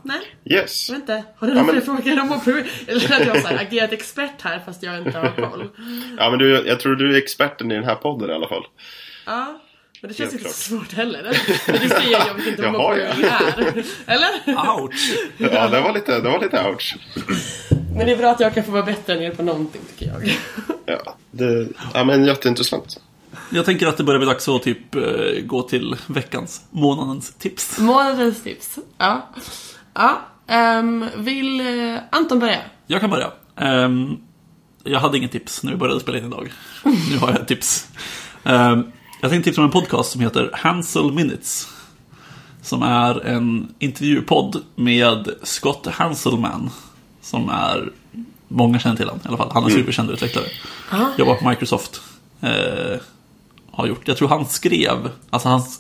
Yes. Jag vet inte, har du några ja, men... frågor om att prova? Eller att jag har agerat expert här fast jag inte har koll. Ja, men du, jag tror du är experten i den här podden i alla fall. Ja, men det känns inte så svårt heller. Men det säger jag, jag vet inte vad mopproving är. Eller? Ouch! Ja, det var lite, det var lite ouch. Men det är bra att jag kan få vara bättre än er på någonting, tycker jag. Ja, det, ja men jätteintressant. Jag tänker att det börjar bli dags att typ gå till veckans, månadens tips. Månadens tips, ja. Ja, um, vill uh, Anton börja? Jag kan börja. Um, jag hade ingen tips när vi började spela in idag. Nu har jag ett tips. Um, jag tänkte tipsa om en podcast som heter Hansel Minutes. Som är en intervjupodd med Scott Hanselman. Som är, många känner till han i alla fall. Han är en superkänd utvecklare. Mm. Jobbar på Microsoft. Uh, har gjort. Jag tror han skrev, alltså hans,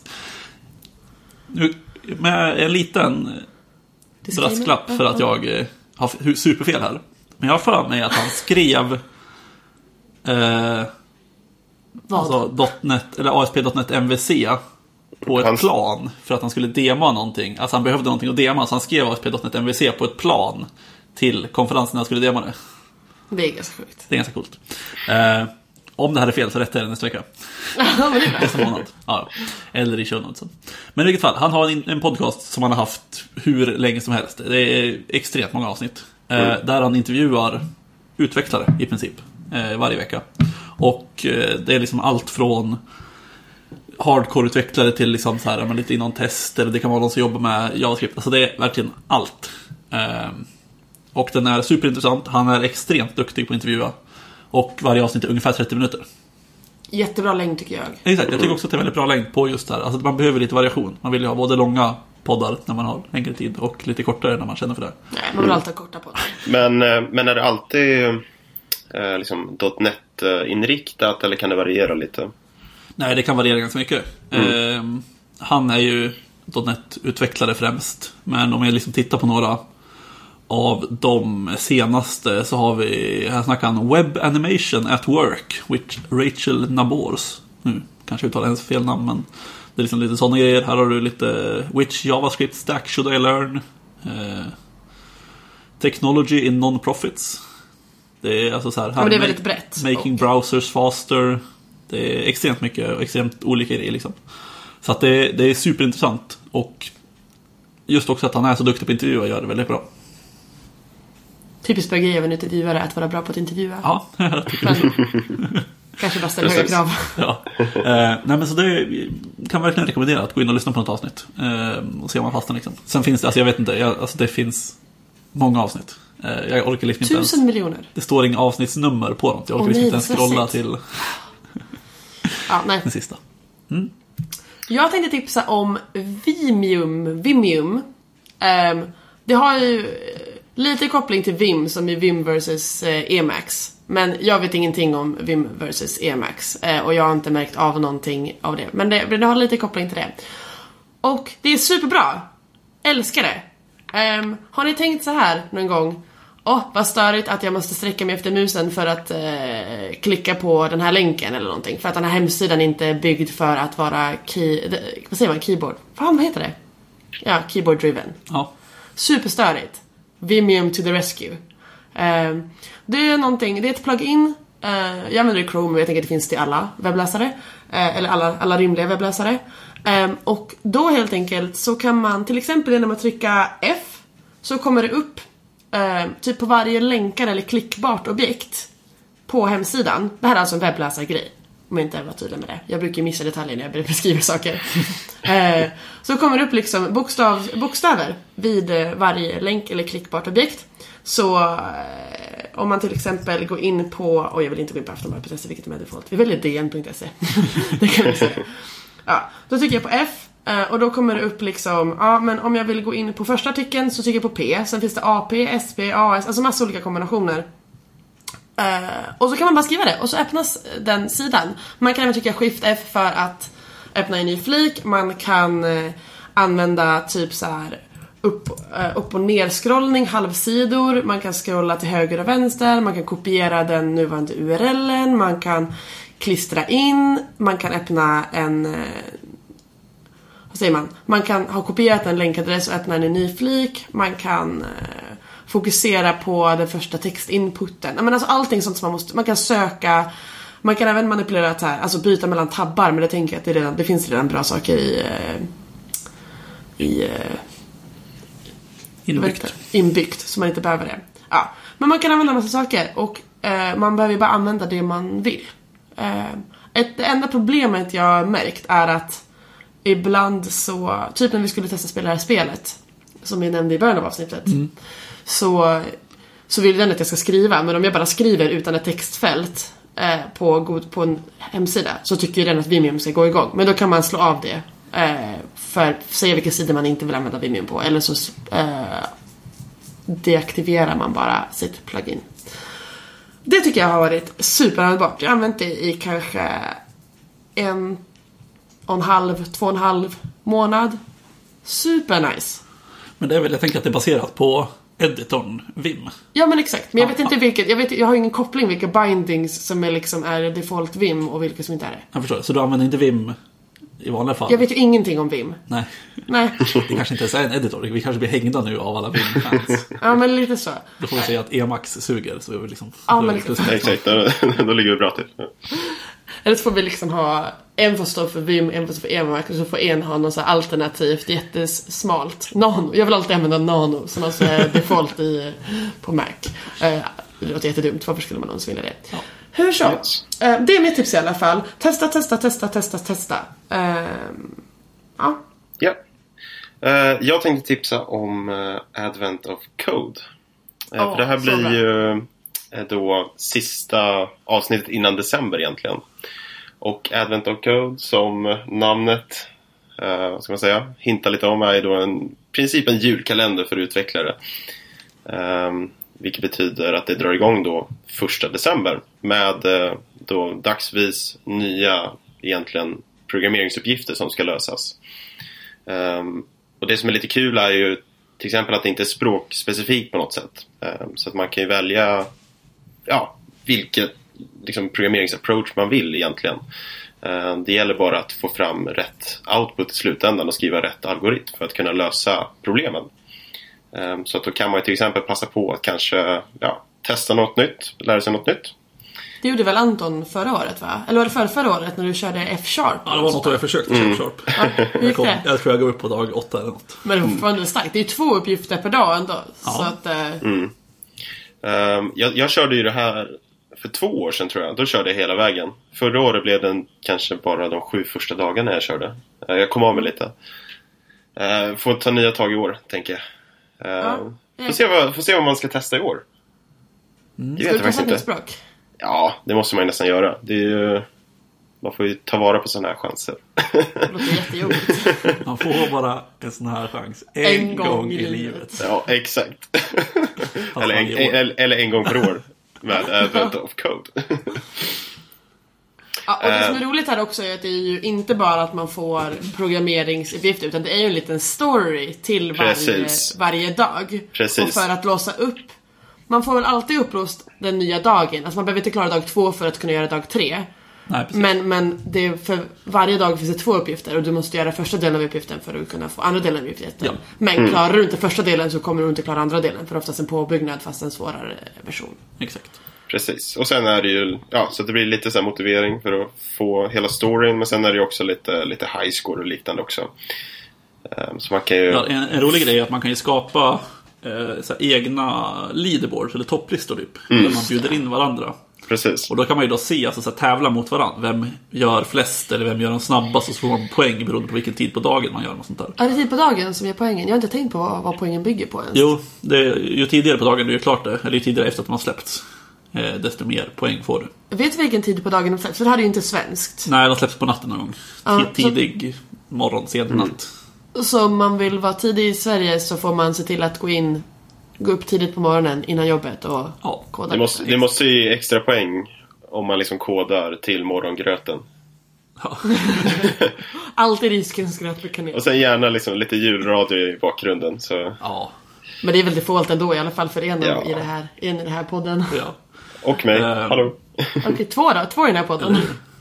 nu, med en liten brasklapp för att jag eh, har superfel här. Men jag har för mig att han skrev eh, alltså .net, eller A S P punkt net M V C på ett plan för att han skulle dema någonting. Alltså han behövde någonting att dema, så han skrev A S P punkt net M V C på ett plan till konferensen när han skulle dema det. Det är ganska sjukt. Det är ganska coolt. Eh, Om det här är fel så rättar jag det nästa vecka. Nästa månad. Ja, eller i show notesen. Men i vilket fall, han har en, en podcast som han har haft hur länge som helst. Det är extremt många avsnitt. Mm. Eh, där han intervjuar utvecklare i princip. Eh, varje vecka. Och eh, det är liksom allt från hardcore-utvecklare till liksom så här, men lite inom test. Eller det kan vara någon som jobbar med JavaScript. Alltså det är verkligen allt. Eh, och den är superintressant. Han är extremt duktig på att intervjua. Och varje avsnitt är ungefär trettio minuter. Jättebra längd tycker jag. Exakt, jag tycker också att det är väldigt bra längd på just det här. Alltså man behöver lite variation. Man vill ju ha både långa poddar när man har längre tid och lite kortare när man känner för det. Nej, man vill alltid ha korta poddar. Men, men är det alltid eh, liksom .net-inriktat eller kan det variera lite? Nej, det kan variera ganska mycket. Mm. Eh, han är ju .net-utvecklare främst. Men om jag liksom tittar på några av de senaste så har vi, här snackar han Web Animation at Work with Rachel Nabors. Nu kanske jag uttalar ens fel namn, men det är liksom lite sådana grejer. Här har du lite Which JavaScript stack should I learn? Eh, Technology in Non-Profits. Det är alltså så här, här men det är väldigt brett. Making och browsers faster. Det är extremt mycket och extremt olika grejer liksom. Så att det, det är superintressant. Och just också att han är så duktig på intervjuer gör det väldigt bra. Typiskt bögig även intervjuare att vara bra på att intervjua. Ja, jag tycker det. Kanske bara ställa höga krav. Ja. Eh, nej men så det kan verkligen rekommendera att gå in och lyssna på något avsnitt eh, och se om man fastnar liksom. Sen finns det, alltså jag vet inte, jag, alltså det finns många avsnitt. Eh, jag orkar liksom inte Tusen ens, miljoner. Det står inga avsnittsnummer på dem. Jag orkar oh, liksom inte ens scrolla till ja, nej. den sista. Mm. Jag tänkte tipsa om Vimium. Vimium. Um, det har ju lite koppling till Vim som är Vim versus eh, Emacs. Men jag vet ingenting om Vim versus Emacs. Eh, och jag har inte märkt av någonting av det. Men det, det har lite koppling till det. Och det är superbra. Älskar det. Um, har ni tänkt så här någon gång? Åh, oh, vad störigt att jag måste sträcka mig efter musen för att eh, klicka på den här länken eller någonting. För att den här hemsidan inte är byggd för att vara key, vad säger man, keyboard. Fan, vad heter det? Ja, keyboard driven. Ja. Superstörigt. Vimium to the rescue. Uh, det är någonting, det är ett plugin. Uh, jag använder det i Chrome och jag tänker att det finns till alla webbläsare. Uh, eller alla, alla rimliga webbläsare. Um, och då helt enkelt så kan man till exempel genom att trycka F så kommer det upp uh, typ på varje länkar eller klickbart objekt på hemsidan. Det här är alltså en webbläsargrej. Om jag inte var tydlig med det. Jag brukar missa detaljer när jag beskriver saker. uh, så kommer det upp liksom bokstav, bokstäver vid uh, varje länk eller klickbart objekt. Så uh, om man till exempel går in på, och jag vill inte gå in på Aftonbladet punkt se vilket är default. Vi väljer D N punkt se. Det kan vi säga. Ja, då trycker jag på F och då kommer det upp liksom, ja men om jag vill gå in på första artikeln så trycker jag på P. Sen finns det A P, S P, A S, alltså massa olika kombinationer. Uh, och så kan man bara skriva det och så öppnas den sidan. Man kan även trycka Shift F för att öppna en ny flik. Man kan uh, använda typ så här upp, uh, upp- och ner-scrollning, halvsidor. Man kan scrolla till höger och vänster. Man kan kopiera den nuvarande U R L:en. Man kan klistra in. Man kan öppna en uh, vad säger man? Man kan ha kopierat en länkadress och öppna en ny flik. Man kan eh, fokusera på den första textinputen. Men alltså allting sånt som man måste, man kan söka, man kan även manipulera så här, alltså byta mellan tabbar, men det tänker jag att det, redan, det finns redan bra saker i eh, i eh, Inbyggt. Inbyggt, så man inte behöver det. Ja, men man kan använda en massa saker och eh, man behöver bara använda det man vill. Eh, ett, det enda problemet jag har märkt är att ibland så, typ när vi skulle testa spela det här spelet som vi nämnde i början av avsnittet, mm. så, så vill den att jag ska skriva, men om jag bara skriver utan ett textfält eh, på, god, på en hemsida, så tycker den att Vimium ska gå igång. Men då kan man slå av det eh, för att säga vilka sidor man inte vill använda Vimium på, eller så eh, deaktiverar man bara sitt plugin. Det tycker jag har varit superanvändbart. Jag har använt det i kanske en och en halv, två och en halv månad. Super nice. Men det är väl, jag tänker att det är baserat på editorn Vim. Ja, men exakt. Men jag vet ah, inte vilket, jag, vet, jag har ingen koppling vilka bindings som är, liksom är default Vim och vilka som inte är det. Jag förstår, så du använder inte Vim i vanliga fall? Jag vet ju ingenting om Vim. Nej. Nej. Det kanske inte ens är en editor. Vi kanske blir hängda nu av alla Vim-fans. Ja, men lite så. Då får vi säga att Emacs suger. Så är vi liksom... Ja, men liksom. Exakt, då, då ligger vi bra till. Eller så får vi liksom ha en får stå för Vim, en får stå för Emacs, och så får en ha något så alternativt jättesmalt. Nano. Jag vill alltid använda Nano som alltså är default i, på Mac. Uh, det låter jättedumt. Varför skulle man någonsin vilja det? Ja. Hur så? Yes. Uh, det är mitt tips i alla fall. Testa, testa, testa, testa, testa. Uh, ja. Ja. Uh, jag tänkte tipsa om uh, Advent of Code. Uh, oh, för det här blir bra. ju uh, då sista avsnittet innan december egentligen. Och Advent of Code, som namnet uh, vad ska man säga, hintar lite om, är då en princip en julkalender för utvecklare. Um, vilket betyder att det drar igång då första december med uh, då dagsvis nya egentligen programmeringsuppgifter som ska lösas. Um, och det som är lite kul är ju till exempel att det inte är språkspecifikt på något sätt. Um, så att man kan ju välja ja, vilket liksom, programmeringsapproach man vill egentligen. Um, det gäller bara att få fram rätt output i slutändan och skriva rätt algoritm för att kunna lösa problemen. Um, så att då kan man ju till exempel passa på att kanske ja, testa något nytt, lära sig något nytt. Det gjorde väl Anton förra året, va? Eller var det förra, förra året när du körde F-sharp? Ja, det var något jag försökte mm. F-sharp. Ja, hur gick det? Jag tror jag går upp på dag åtta eller något. Men det var fortfarande starkt. Det är ju två uppgifter per dag ändå. Ja. Så att, uh... mm. um, jag, jag körde ju det här för två år sedan tror jag. Då körde jag hela vägen. Förra året blev den kanske bara de sju första dagarna jag körde. Uh, jag kom av mig lite. Uh, får ta nya tag i år, tänker jag. Uh, ja. får, se vad, får se vad man ska testa i år. Mm. Ska du testa ett nytt språk? Ja, det måste man ju nästan göra. Det är ju, man får ju ta vara på sådana här chanser. Det låter jättejobbigt. Man får bara en sån här chans en, en gång, gång i livet. livet. Ja, exakt. eller, en, eller, eller en gång per år med Advent of Code. Ja, och det som är roligt här också är att det är ju inte bara att man får programmeringsuppgifter, utan det är ju en liten story till varje, varje dag. Precis. Och för att låsa upp, man får väl alltid upplåst den nya dagen. Alltså man behöver inte klara dag två för att kunna göra dag tre. Nej, men, men det är för varje dag finns det två uppgifter och du måste göra första delen av uppgiften för att kunna få andra delen av uppgiften. Ja. Men mm. klarar du inte första delen så kommer du inte klara andra delen, för oftast en påbyggnad fast en svårare version. Exakt. Precis. Och sen är det ju ja, så det blir lite så här motivering för att få hela storyn, men sen är det ju också lite, lite high score och liknande också. Um, så man kan ju... ja, en, en rolig grej är att man kan ju skapa eh, så här, egna leaderboards eller topplistor typ, mm. där man bjuder in varandra. Precis. Och då kan man ju då se, alltså, så här, tävla mot varandra. Vem gör flest eller vem gör den snabbast, och så får man poäng beroende på vilken tid på dagen man gör något sånt där. Är det tid på dagen som ger poängen? Jag har inte tänkt på vad, vad poängen bygger på ens. Jo, det, ju tidigare på dagen du gör klart det, eller ju tidigare efter att man har släppts, eh, desto mer poäng får du. Vet du vilken tid på dagen de släpps? För det här är ju inte svenskt. Nej, de släpps på natten någon gång. Ja, tidig så... morgon, sen mm. natt. Så om man vill vara tidig i Sverige så får man se till att gå in gå upp tidigt på morgonen innan jobbet och ja. koda. Det måste, det måste ju extra poäng om man liksom kodar till morgongröten. Ja. Alltid risgrynsgröt med kanel. Och sen gärna liksom lite julradio i bakgrunden. Så. Ja. Men det är väl default ändå, i alla fall för en ja. i, det här, i den här podden. Ja. Och mig, um, hallå. Okej, okay, två då, två i den här podden.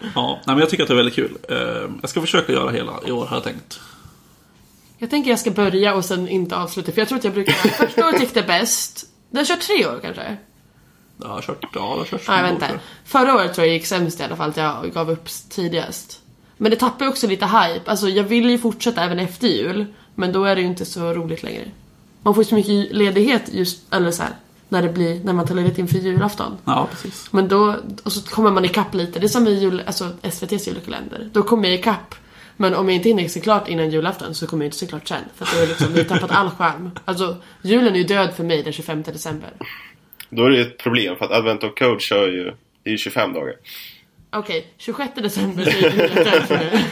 Ja, nej, men jag tycker att det är väldigt kul. Jag ska försöka göra hela i år, har jag tänkt. Jag tänker jag ska börja och sen inte avsluta. För jag tror att jag brukar... Första året gick det bäst. Det har kört tre år kanske. Jag har kört, ja, jag har kört Nej, vänta. Förra året tror jag gick sämst i alla fall. Att jag gav upp tidigast. Men det tappar också lite hype. Alltså jag vill ju fortsätta även efter jul. Men då är det ju inte så roligt längre. Man får så mycket ledighet just... Eller så här, när det blir... När man tar ledigt inför julafton. Ja, precis. Men då... Och så kommer man ikapp lite. Det är som i jul... Alltså S V T:s julkalender. Då kommer jag ikapp. Men om jag inte hinner se klart innan julafton så kommer jag inte se klart sen. För att då är liksom, vi har tappat all charm. Alltså, julen är ju död för mig den tjugofemte december. Då är det ett problem för att Advent of Code kör ju... Det är ju tjugofem dagar. Okej, okay, tjugosjätte december så är julen död för mig.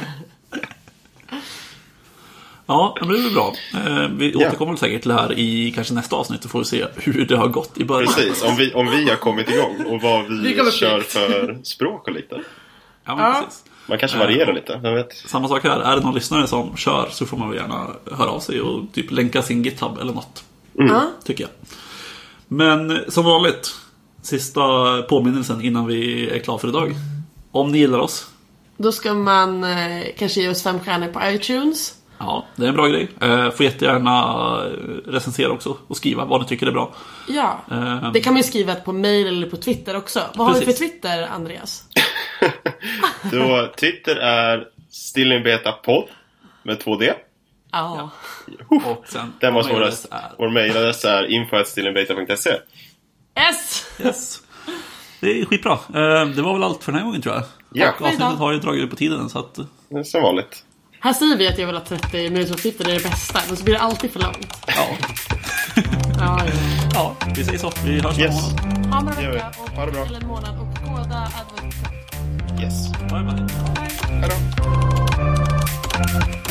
Ja, men det blir bra. Vi ja. återkommer säkert till det här i kanske nästa avsnitt. Så får vi se hur det har gått i början. Precis, om vi, om vi har kommit igång. Och vad vi, vi kör för språk och lite. Ja, men ja. Precis. Man kanske varierar uh, lite, jag vet. Samma sak här, är det någon lyssnare som kör så får man väl gärna höra av sig och typ länka sin GitHub eller något. Mm. Tycker jag. Men som vanligt, sista påminnelsen innan vi är klara för idag. Om ni gillar oss. Då ska man eh, kanske ge oss fem stjärnor på iTunes. Ja, det är en bra grej. Eh, får jättegärna recensera också och skriva vad ni tycker är bra. Ja, eh, det kan man ju skriva på mail eller på Twitter också. Vad har Precis. vi för Twitter, Andreas? Då, Twitter är stillinbetapodd med två D. Ja. Och sen den var svårast. Vår mejladress är info at stillinbeta punkt se. Yes! Yes! Det är skitbra. Det var väl allt för den här gången, tror jag. Ja. Och avsnittet har ju dragit på tiden, så att... Det är som vanligt. Här säger vi att jag vill ha trettio minuter på Twitter, det är det bästa. Men så blir det alltid för långt. Ja. ja, ja. Ja, vi säger så. Vi hörs yes. Ha en bra vecka och ha det bra. Eller en månad och koda Advent. Yes. Bye bye. Hej då.